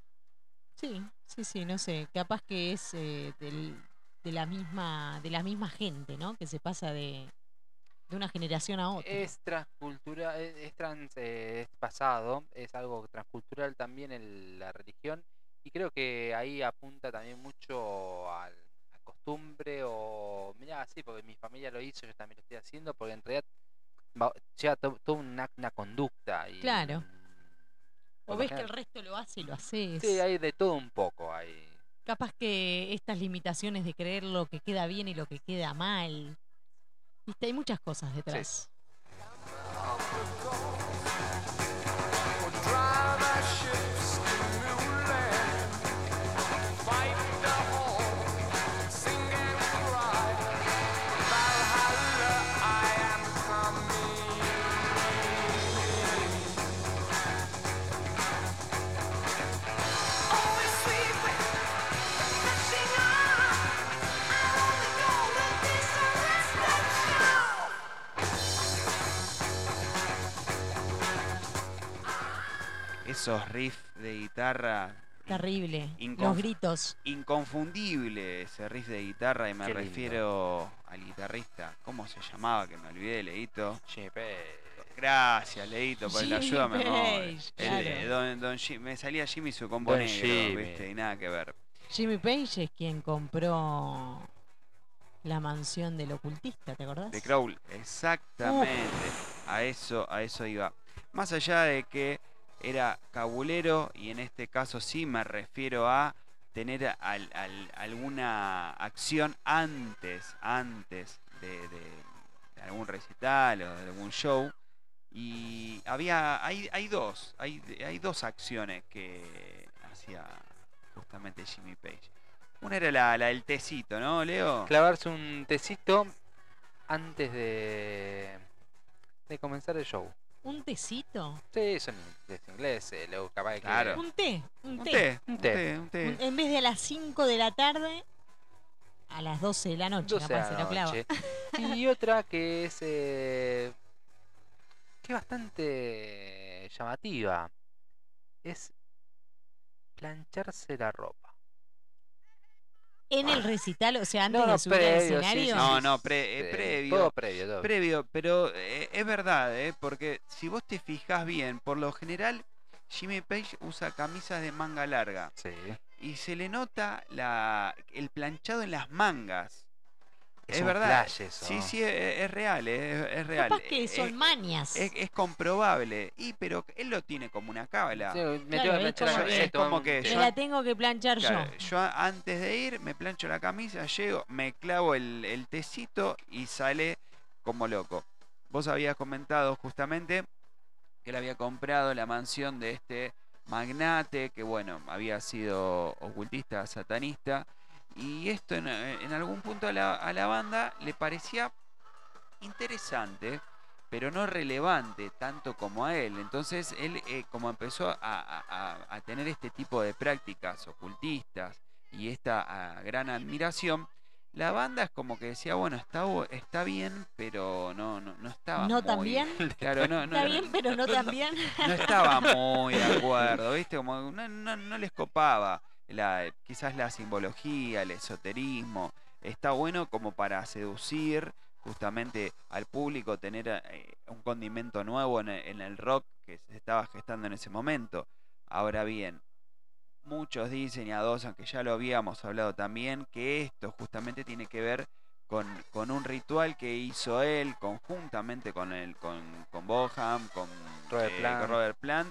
Sí, no sé, capaz que es de la misma gente, ¿no? Que se pasa de una generación a otra. Es transcultural, es pasado, es algo transcultural también en la religión y creo que ahí apunta también mucho a costumbre o, mirá, sí, porque mi familia lo hizo, yo también lo estoy haciendo, porque en realidad lleva toda una conducta. Y, Claro. por O lo ves que general- el resto lo hace y lo haces. Sí, hay de todo un poco ahí. Capaz que estas limitaciones de creer lo que queda bien y lo que queda mal. Viste, hay muchas cosas detrás. Drive our ships to new land, fight the hordes esos riffs de guitarra. Terrible. Inconf- Los gritos. Inconfundible ese riff de guitarra y me Qué lindo. refiero al guitarrista. ¿Cómo se llamaba? Que me olvidé, Leito. Jimmy Page. Gracias, Leito, por la Jimmy ayuda me Page, claro. me salía Jimmy su combo Don negro, Jimmy. ¿viste? Y nada que ver. Jimmy Page es quien compró la mansión del ocultista, ¿te acordás? De Crawl, exactamente. A eso iba. Más allá de que era cabulero, y en este caso sí me refiero a tener alguna acción antes de algún recital o de algún show. Y hay dos acciones que hacía justamente Jimmy Page. Una era la del tecito, ¿no, Leo? Clavarse un tecito antes de comenzar el show. ¿Un tecito? Sí, son ingleses, luego capaz que... Claro. Un té. Un Un té. té, Un un té. té, un té. En vez de a las 5 de la tarde, a las 12 de la noche, 12 capaz de se la lo clava. noche. Y otra que es que es bastante llamativa. Es plancharse la ropa. En el recital, o sea, antes No, de subir al previo, sí, escenario. sí, No, sí, no, sí, previo. Todo previo, todo. Previo, pero es verdad, porque si vos te fijas bien, por lo general Jimmy Page usa camisas de manga larga Sí. y se le nota el planchado en las mangas. Es un verdad. flash eso. Sí, sí, es real, es real. Capaz que son mañas. Es comprobable. Pero él lo tiene como una cábala. Sí, me Claro, tengo que es planchar como la que- camiseta, como un que té. Me la tengo que planchar Claro, yo. yo antes de ir me plancho la camisa, llego, me clavo el tecito y sale como loco. Vos habías comentado justamente que él había comprado la mansión de este magnate que, bueno, había sido ocultista, satanista. Y esto en algún punto a la banda le parecía interesante, pero no relevante tanto como a él. Entonces él, como empezó a tener este tipo de prácticas ocultistas y esta gran admiración, la banda es como que decía, bueno, está bien, pero no estaba ¿No muy... tan bien? Claro, no Está bien, pero no tan bien. no estaba muy de acuerdo, ¿viste? Como no les copaba quizás la simbología, el esoterismo. Está bueno como para seducir justamente al público, tener un condimento nuevo en el rock que se estaba gestando en ese momento. Ahora bien, muchos dicen y adosan, que ya lo habíamos hablado también, que esto justamente tiene que ver con un ritual que hizo él conjuntamente con Boham, con Robert Plant. Plant,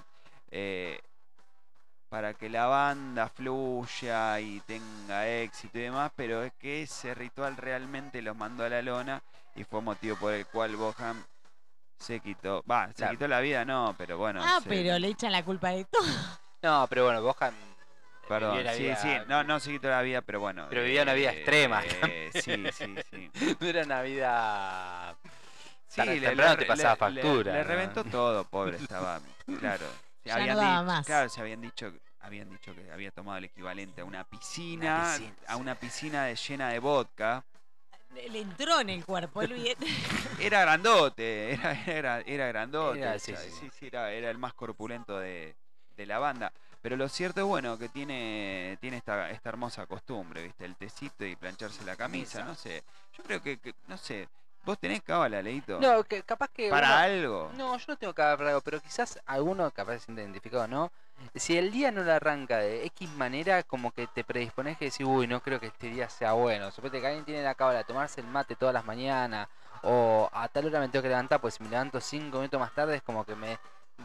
para que la banda fluya y tenga éxito y demás, pero es que ese ritual realmente los mandó a la lona y fue motivo por el cual Boham se quitó, Claro. quitó la vida, no, pero bueno. Pero le echan la culpa de todo. No, pero bueno, Bohan Perdón, vivió una sí, vida- sí, no se quitó la vida, pero bueno. Pero vivía una vida extrema Sí. no era una vida... Sí, temprano te pasaba factura, Le ¿no? reventó todo, pobre, estaba, claro. Ya no daba más. Claro, se habían dicho que había tomado el equivalente a una piscina, llena de vodka. Le entró en el cuerpo, olvídate. Era grandote, era grandote. Era, o sí, sea, sí. sí, era el más corpulento de la banda. Pero lo cierto es, bueno, que tiene esta hermosa costumbre, ¿viste? El tecito y plancharse la camisa, no sé. Yo creo que no sé. ¿Vos tenés cábala, Leito? No, que capaz que... ¿Para uno- algo? No, yo no tengo que para algo, pero quizás alguno capaz se siente identificado, ¿no? Si el día no le arranca de X manera, como que te predispones que decís, uy, no creo que este día sea bueno. Suponete que alguien tiene la cábala, tomarse el mate todas las mañanas, o a tal hora me tengo que levantar, pues si me levanto 5 minutos más tarde es como que me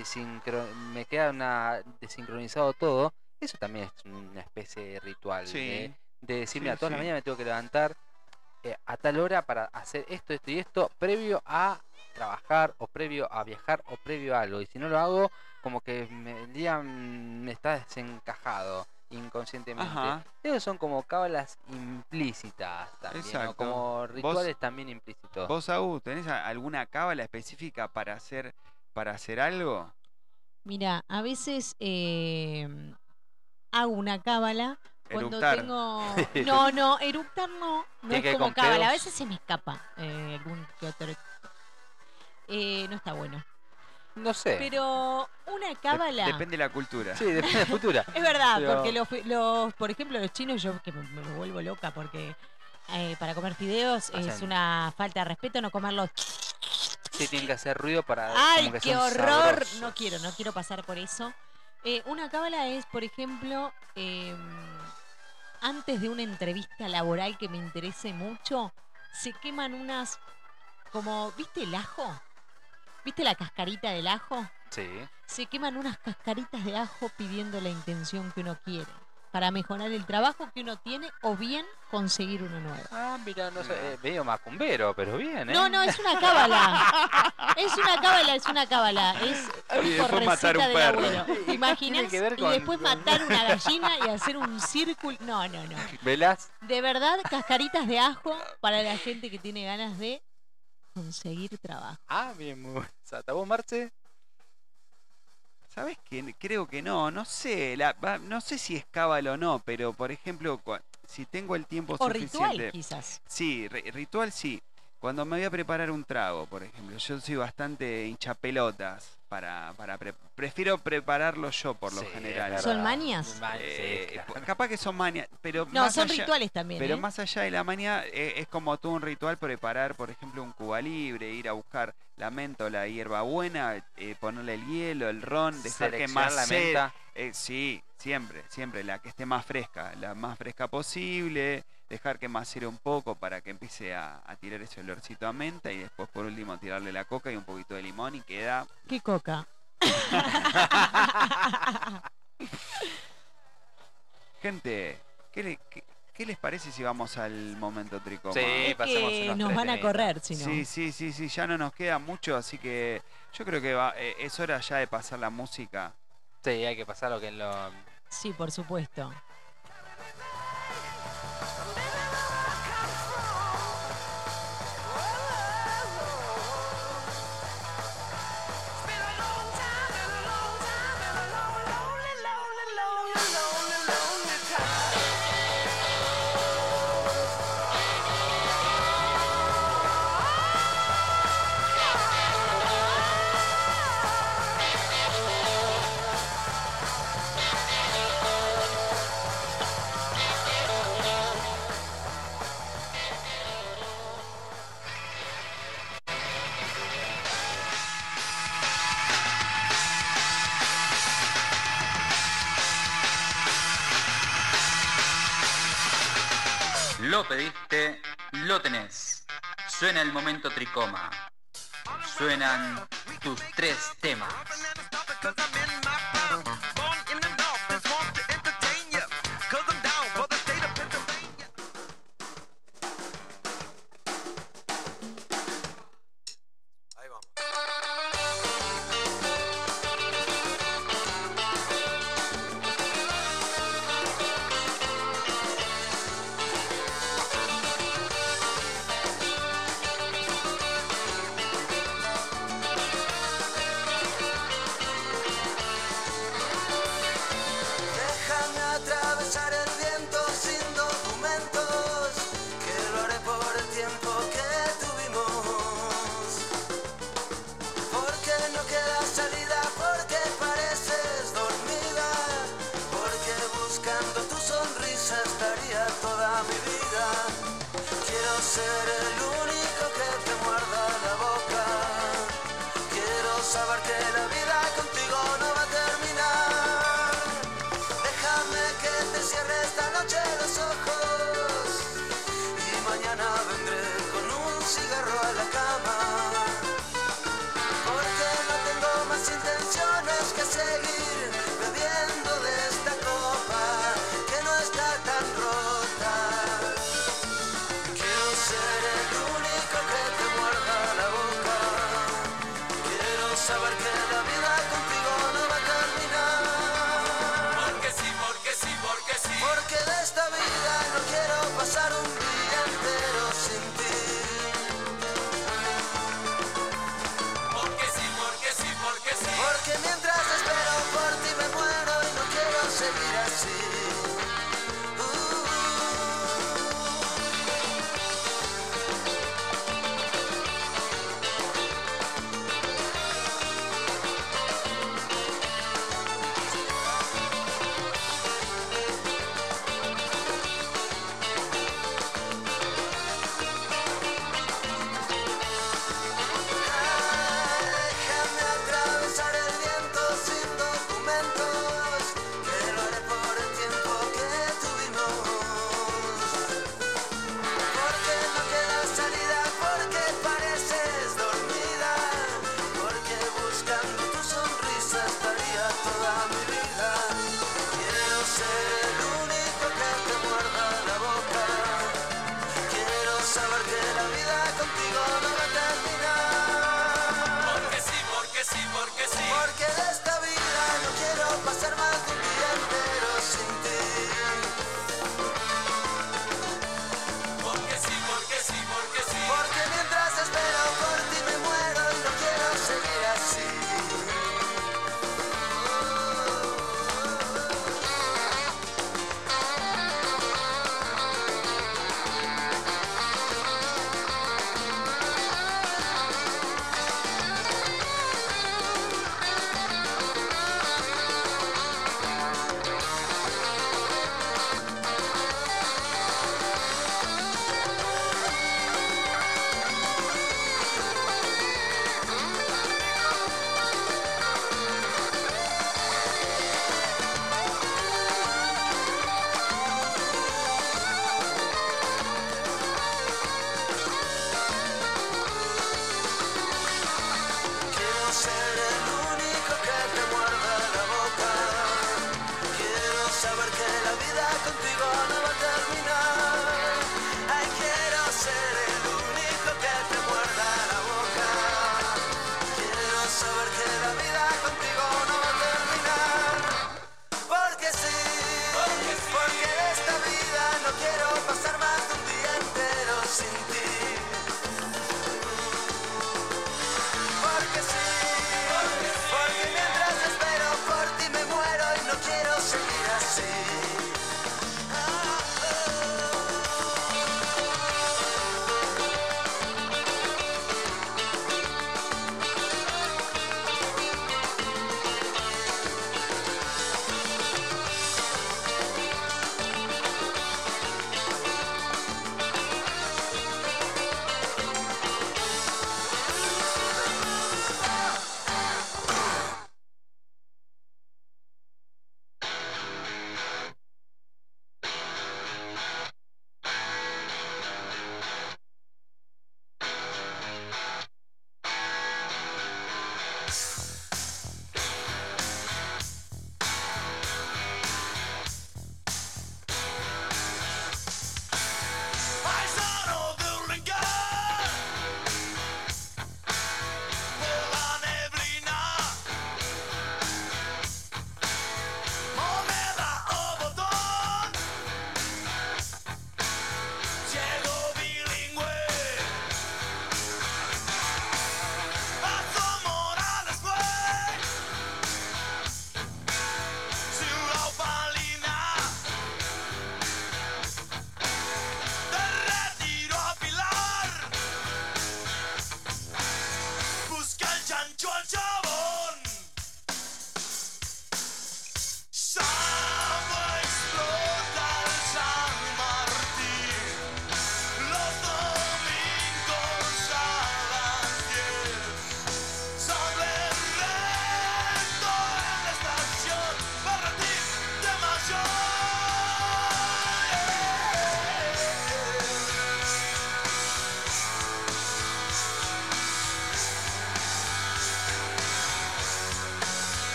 queda desincronizado todo. Eso también es una especie de ritual, Sí. de decir, Sí, mira, todas las sí. mañanas me tengo que levantar a tal hora para hacer esto y esto, previo a trabajar, o previo a viajar, o previo a algo. Y si no lo hago, como que el día me está desencajado inconscientemente. Ajá. Esos son como cábalas implícitas también, ¿no? Exacto. Como rituales también implícitos. ¿Vos, Agus, tenés alguna cábala específica para hacer algo? Mira, a veces hago una cábala cuando Eructar. tengo... No, eructar no ¿Tiene es que ver como con cábala. A pedos? veces se me escapa algún que otro. No está bueno. No sé. Pero una cábala. Depende de la cultura. Sí, depende de la cultura. Es verdad, Pero- porque por ejemplo, los chinos, yo que me lo vuelvo loca porque para comer fideos es Hacen- una falta de respeto no comerlos. Sí, tienen que hacer ruido para. ¡Ay, como que qué son horror! sabrosos. No quiero pasar por eso. Una cábala es, por ejemplo, antes de una entrevista laboral que me interese mucho, se queman unas, como, ¿viste el ajo? ¿Viste la cascarita del ajo? Sí. Se queman unas cascaritas de ajo pidiendo la intención que uno quiere para mejorar el trabajo que uno tiene o bien conseguir uno nuevo. Ah, mira, no sé. Medio macumbero, pero bien, ¿eh? No, es una cábala. Es una cábala. Es Y después por matar receta un del perro. abuelo. ¿Te imaginas? Tiene que ver Y con- después matar una gallina y hacer un círculo. No. ¿Velás? De verdad, cascaritas de ajo para la gente que tiene ganas de conseguir trabajo. Ah, bien, muy buena. ¿Vos, Marce? ¿Sabes qué? Creo que no sé. No sé si es cábala o no, pero por ejemplo, si tengo el tiempo O suficiente. ritual, quizás. Sí, ritual sí. Cuando me voy a preparar un trago, por ejemplo, yo soy bastante hinchapelotas prefiero prepararlo yo por lo Sí, general. es ¿Son verdad. mañas? Sí, claro. Capaz que son manias, pero No, más son allá, rituales también. pero ¿eh? más allá de la manía, es como todo un ritual preparar, por ejemplo, un Cuba Libre, ir a buscar la menta o la hierbabuena, ponerle el hielo, el ron, dejar que Seleccionar la macere. menta. Sí, siempre, la que esté más fresca, la más fresca posible, dejar que macere un poco para que empiece a tirar ese olorcito a menta y después por último tirarle la coca y un poquito de limón y queda... ¿Qué coca? Gente, ¿qué les parece si vamos al momento tricoma? Sí, Es pasemos que unos nos 3 van a temitas. correr, si no. Sí, ya no nos queda mucho, así que yo creo que es hora ya de pasar la música. Sí, hay que pasar lo que es lo. Sí, por supuesto. Lo pediste, lo tenés. Suena el momento tricoma. Suenan tus 3 temas. Ahí vamos. Déjame atravesar el viento sin documentos, que lo haré por el tiempo que tuvimos. Porque no queda salida, porque pareces dormida, porque buscando tu sonrisa estaría toda mi vida. Quiero ser el único que te muerda la boca. Quiero saber que la vida contigo no va a terminar. Déjame que te cierre esta noche los ojos y mañana vendré con un cigarro a la cama. Porque no tengo más intenciones que seguir bebiendo de esta copa que no está tan rota. Quiero ser el único que te muerda la boca. Quiero saber que la vida contigo no va a terminar. Porque sí, porque sí, porque sí. Porque de esta vida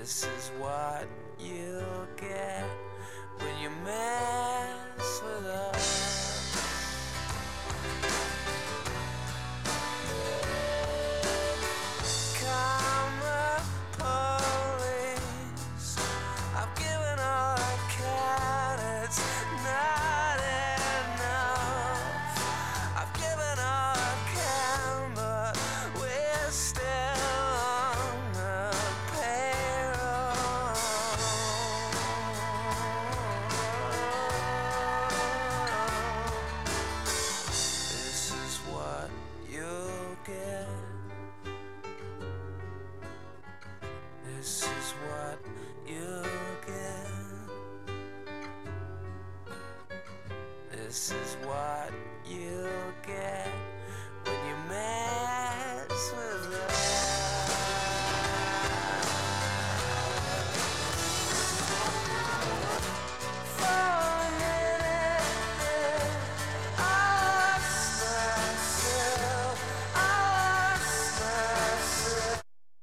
This is what you get when you mess with us. Come the police. I've given all I can. It's not enough. I've given all I can, but we're still on the payroll. This is what you get. This is what you get. This is what you get when you mess with us. For a minute, I lost myself. I lost myself.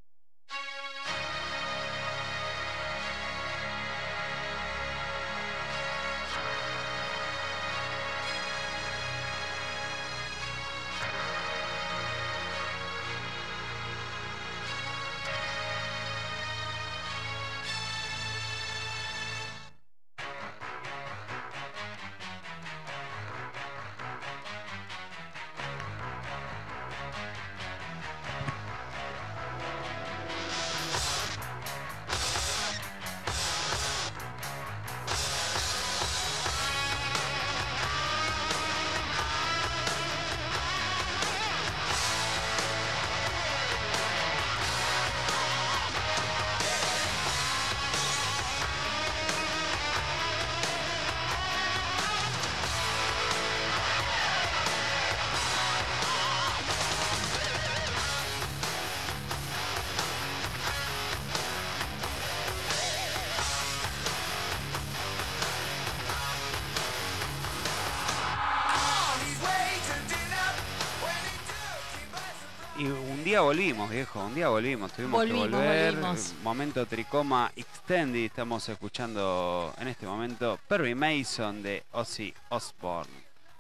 Y un día volvimos, viejo, un día volvimos, tuvimos que volver. Momento Tricoma Extended, estamos escuchando en este momento Perry Mason de Ozzy Osbourne.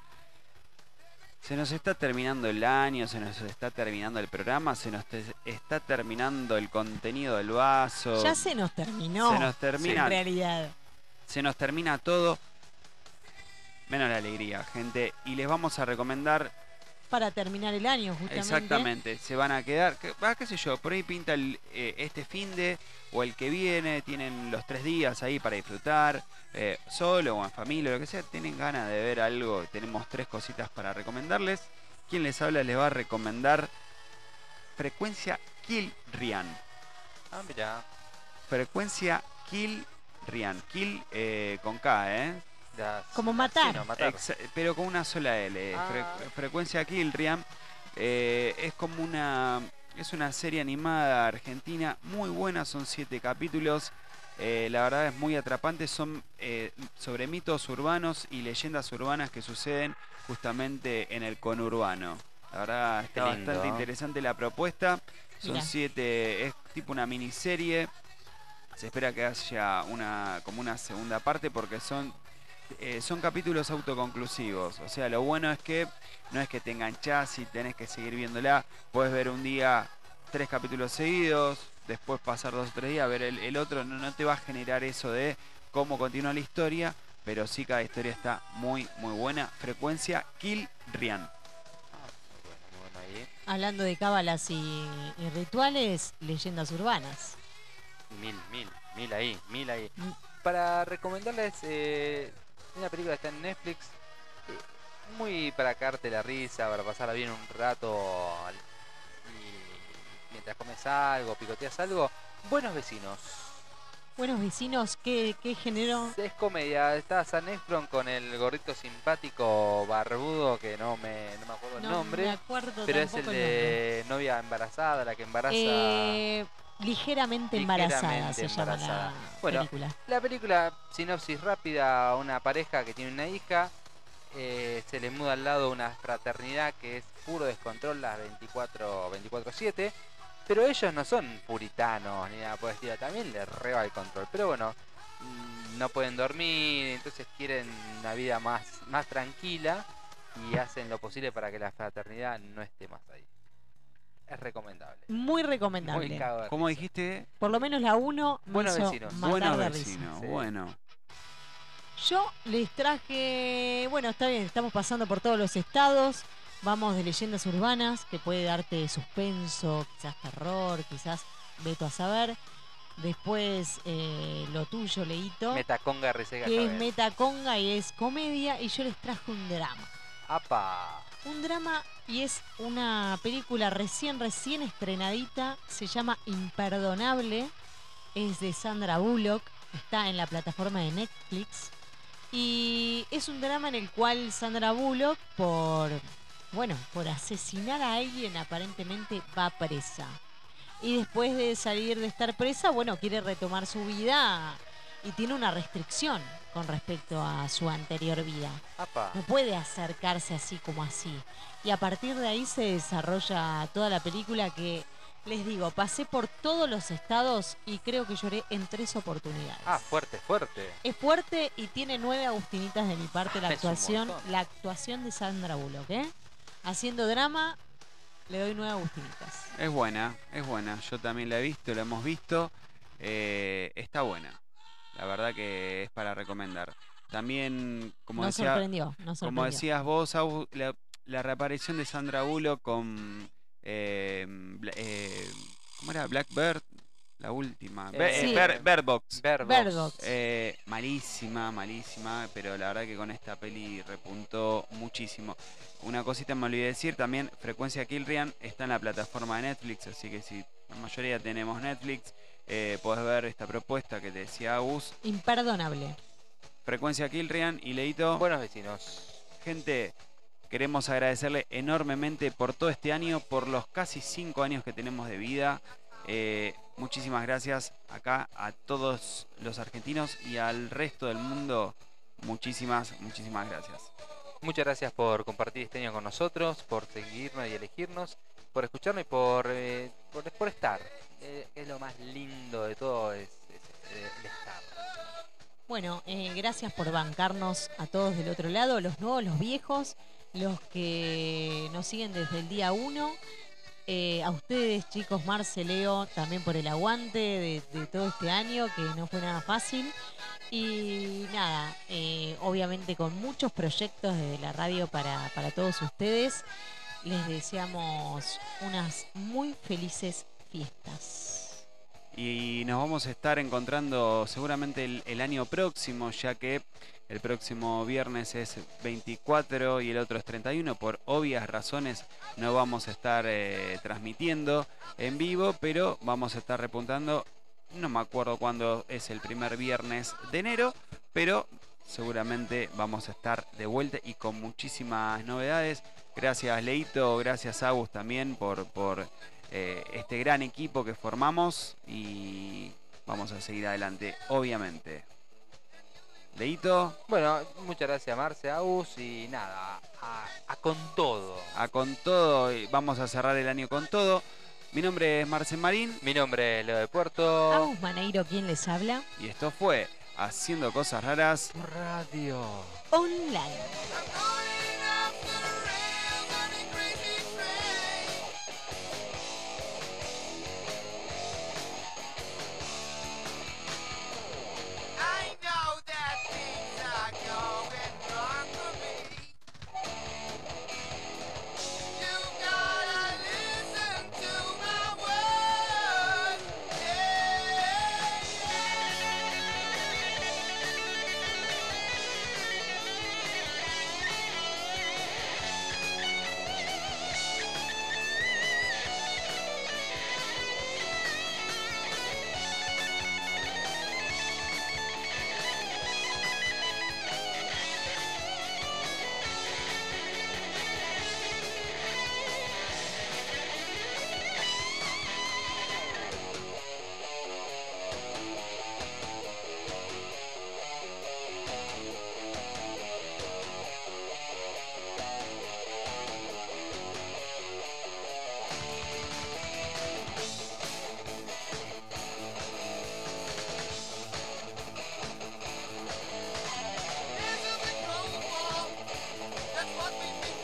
Se nos está terminando el año, se nos está terminando el programa, se nos está terminando el contenido del vaso. Ya se nos terminó. Se nos termina. En realidad. Se nos termina todo, menos la alegría, gente. Y les vamos a recomendar. Para terminar el año, justamente. Exactamente, se van a quedar, qué sé yo, por ahí pinta este finde o el que viene, tienen los 3 días ahí para disfrutar, solo o en familia, lo que sea, tienen ganas de ver algo, tenemos 3 cositas para recomendarles. Quien les habla les va a recomendar Frecuencia Kill Ryan. Ah, mirá. Frecuencia Kill Ryan, Kill con K, Como matar. Sí, no, matar. Pero con una sola L. Frecuencia Kill Ryan. Es como es una serie animada argentina muy buena, son 7 capítulos. La verdad es muy atrapante, son sobre mitos urbanos y leyendas urbanas que suceden justamente en el conurbano. La verdad está bastante interesante la propuesta. Son 7, es tipo una miniserie. Se espera que haya como una segunda parte porque son capítulos autoconclusivos. O sea, lo bueno es que no es que te enganchás y tenés que seguir viéndola. Puedes ver un día 3 capítulos seguidos, después pasar 2 o 3 días, ver el otro. No te va a generar eso de cómo continúa la historia, pero sí cada historia está muy, muy buena. Frecuencia Kill Ryan. Muy bueno ahí. Hablando de cábalas y rituales, leyendas urbanas. Mil ahí. Para recomendarles una película que está en Netflix, muy para cagarte la risa, para pasarla bien un rato y mientras comes algo, picoteas algo. Buenos Vecinos. Buenos Vecinos, ¿qué género? Es comedia, está Zac Efron con el gordito simpático barbudo que no me acuerdo el nombre, me acuerdo, pero es el de novia embarazada, la que embaraza. Ligeramente embarazada se llama la película. La película, sinopsis rápida: una pareja que tiene una hija, se le muda al lado una fraternidad que es puro descontrol las 24/7 Pero ellos no son puritanos ni nada por el estilo, también les reba el control. Pero bueno, no pueden dormir, entonces quieren una vida más tranquila y hacen lo posible para que la fraternidad no esté más ahí. Es recomendable. Muy recomendable. Muy cago de ¿Cómo risa. dijiste? Por lo menos la 1 me Buenos hizo vecinos. matar Buenos de risa. vecinos, Sí. bueno. Yo les traje, bueno, está bien, estamos pasando por todos los estados, vamos de leyendas urbanas, que puede darte suspenso, quizás terror, quizás veto a saber. Después lo tuyo, Leito, Metaconga Risega que es Cabel. metaconga y es comedia, y yo les traje un drama. ¡Apa! Un drama y es una película recién estrenadita, se llama Imperdonable, es de Sandra Bullock, está en la plataforma de Netflix y es un drama en el cual Sandra Bullock por asesinar a alguien aparentemente va presa. Y después de salir de estar presa, quiere retomar su vida y tiene una restricción con respecto a su anterior vida. ¡Apa! No puede acercarse así como así. Y a partir de ahí se desarrolla toda la película que, les digo, pasé por todos los estados y creo que lloré en 3 oportunidades. Ah, fuerte, fuerte. Es fuerte y tiene 9 agustinitas de mi parte la Es un actuación. montón. La actuación de Sandra Bullock, ¿eh? Haciendo drama, le doy 9 agustinitas. Es buena, es buena. Yo también la he visto, la hemos visto. Está buena. La verdad que es para recomendar. También, como Nos decía, sorprendió. como decías vos, Agus, la reaparición de Sandra Bullock con ¿cómo era? Blackbird, la última. Sí. Bird Box. Bird Bird Box. Box. Malísima, pero la verdad que con esta peli repuntó muchísimo. Una cosita me olvidé de decir, también Frecuencia Killrian está en la plataforma de Netflix, así que si la mayoría tenemos Netflix, podés ver esta propuesta que te decía Agus. Imperdonable. Frecuencia Killrian y Leito. Buenos vecinos. Gente, queremos agradecerle enormemente por todo este año, por los casi 5 años que tenemos de vida. Muchísimas gracias acá a todos los argentinos y al resto del mundo. Muchísimas gracias. Muchas gracias por compartir este año con nosotros, por seguirnos y elegirnos, por escucharnos y por estar. Es lo más lindo de todo, es el estar. Bueno, gracias por bancarnos a todos del otro lado, los nuevos, los viejos, los que nos siguen desde el día 1. A ustedes, chicos, Marce, Leo, también por el aguante de todo este año, que no fue nada fácil. Y nada, obviamente con muchos proyectos desde la radio para todos ustedes. Les deseamos unas muy felices fiestas. Y nos vamos a estar encontrando seguramente el año próximo, ya que el próximo viernes es 24 y el otro es 31. Por obvias razones no vamos a estar transmitiendo en vivo, pero vamos a estar repuntando. No me acuerdo cuándo es el primer viernes de enero, pero seguramente vamos a estar de vuelta y con muchísimas novedades. Gracias, Leito, gracias, Agus, también por este gran equipo que formamos y vamos a seguir adelante, obviamente. Leito. Bueno, muchas gracias, Marce, Agus, y nada, a con todo. A con todo, y vamos a cerrar el año con todo. Mi nombre es Marcel Marín. Mi nombre es Leo de Puerto. Agus Maneiro, ¿quién les habla? Y esto fue Haciendo Cosas Raras Radio Online.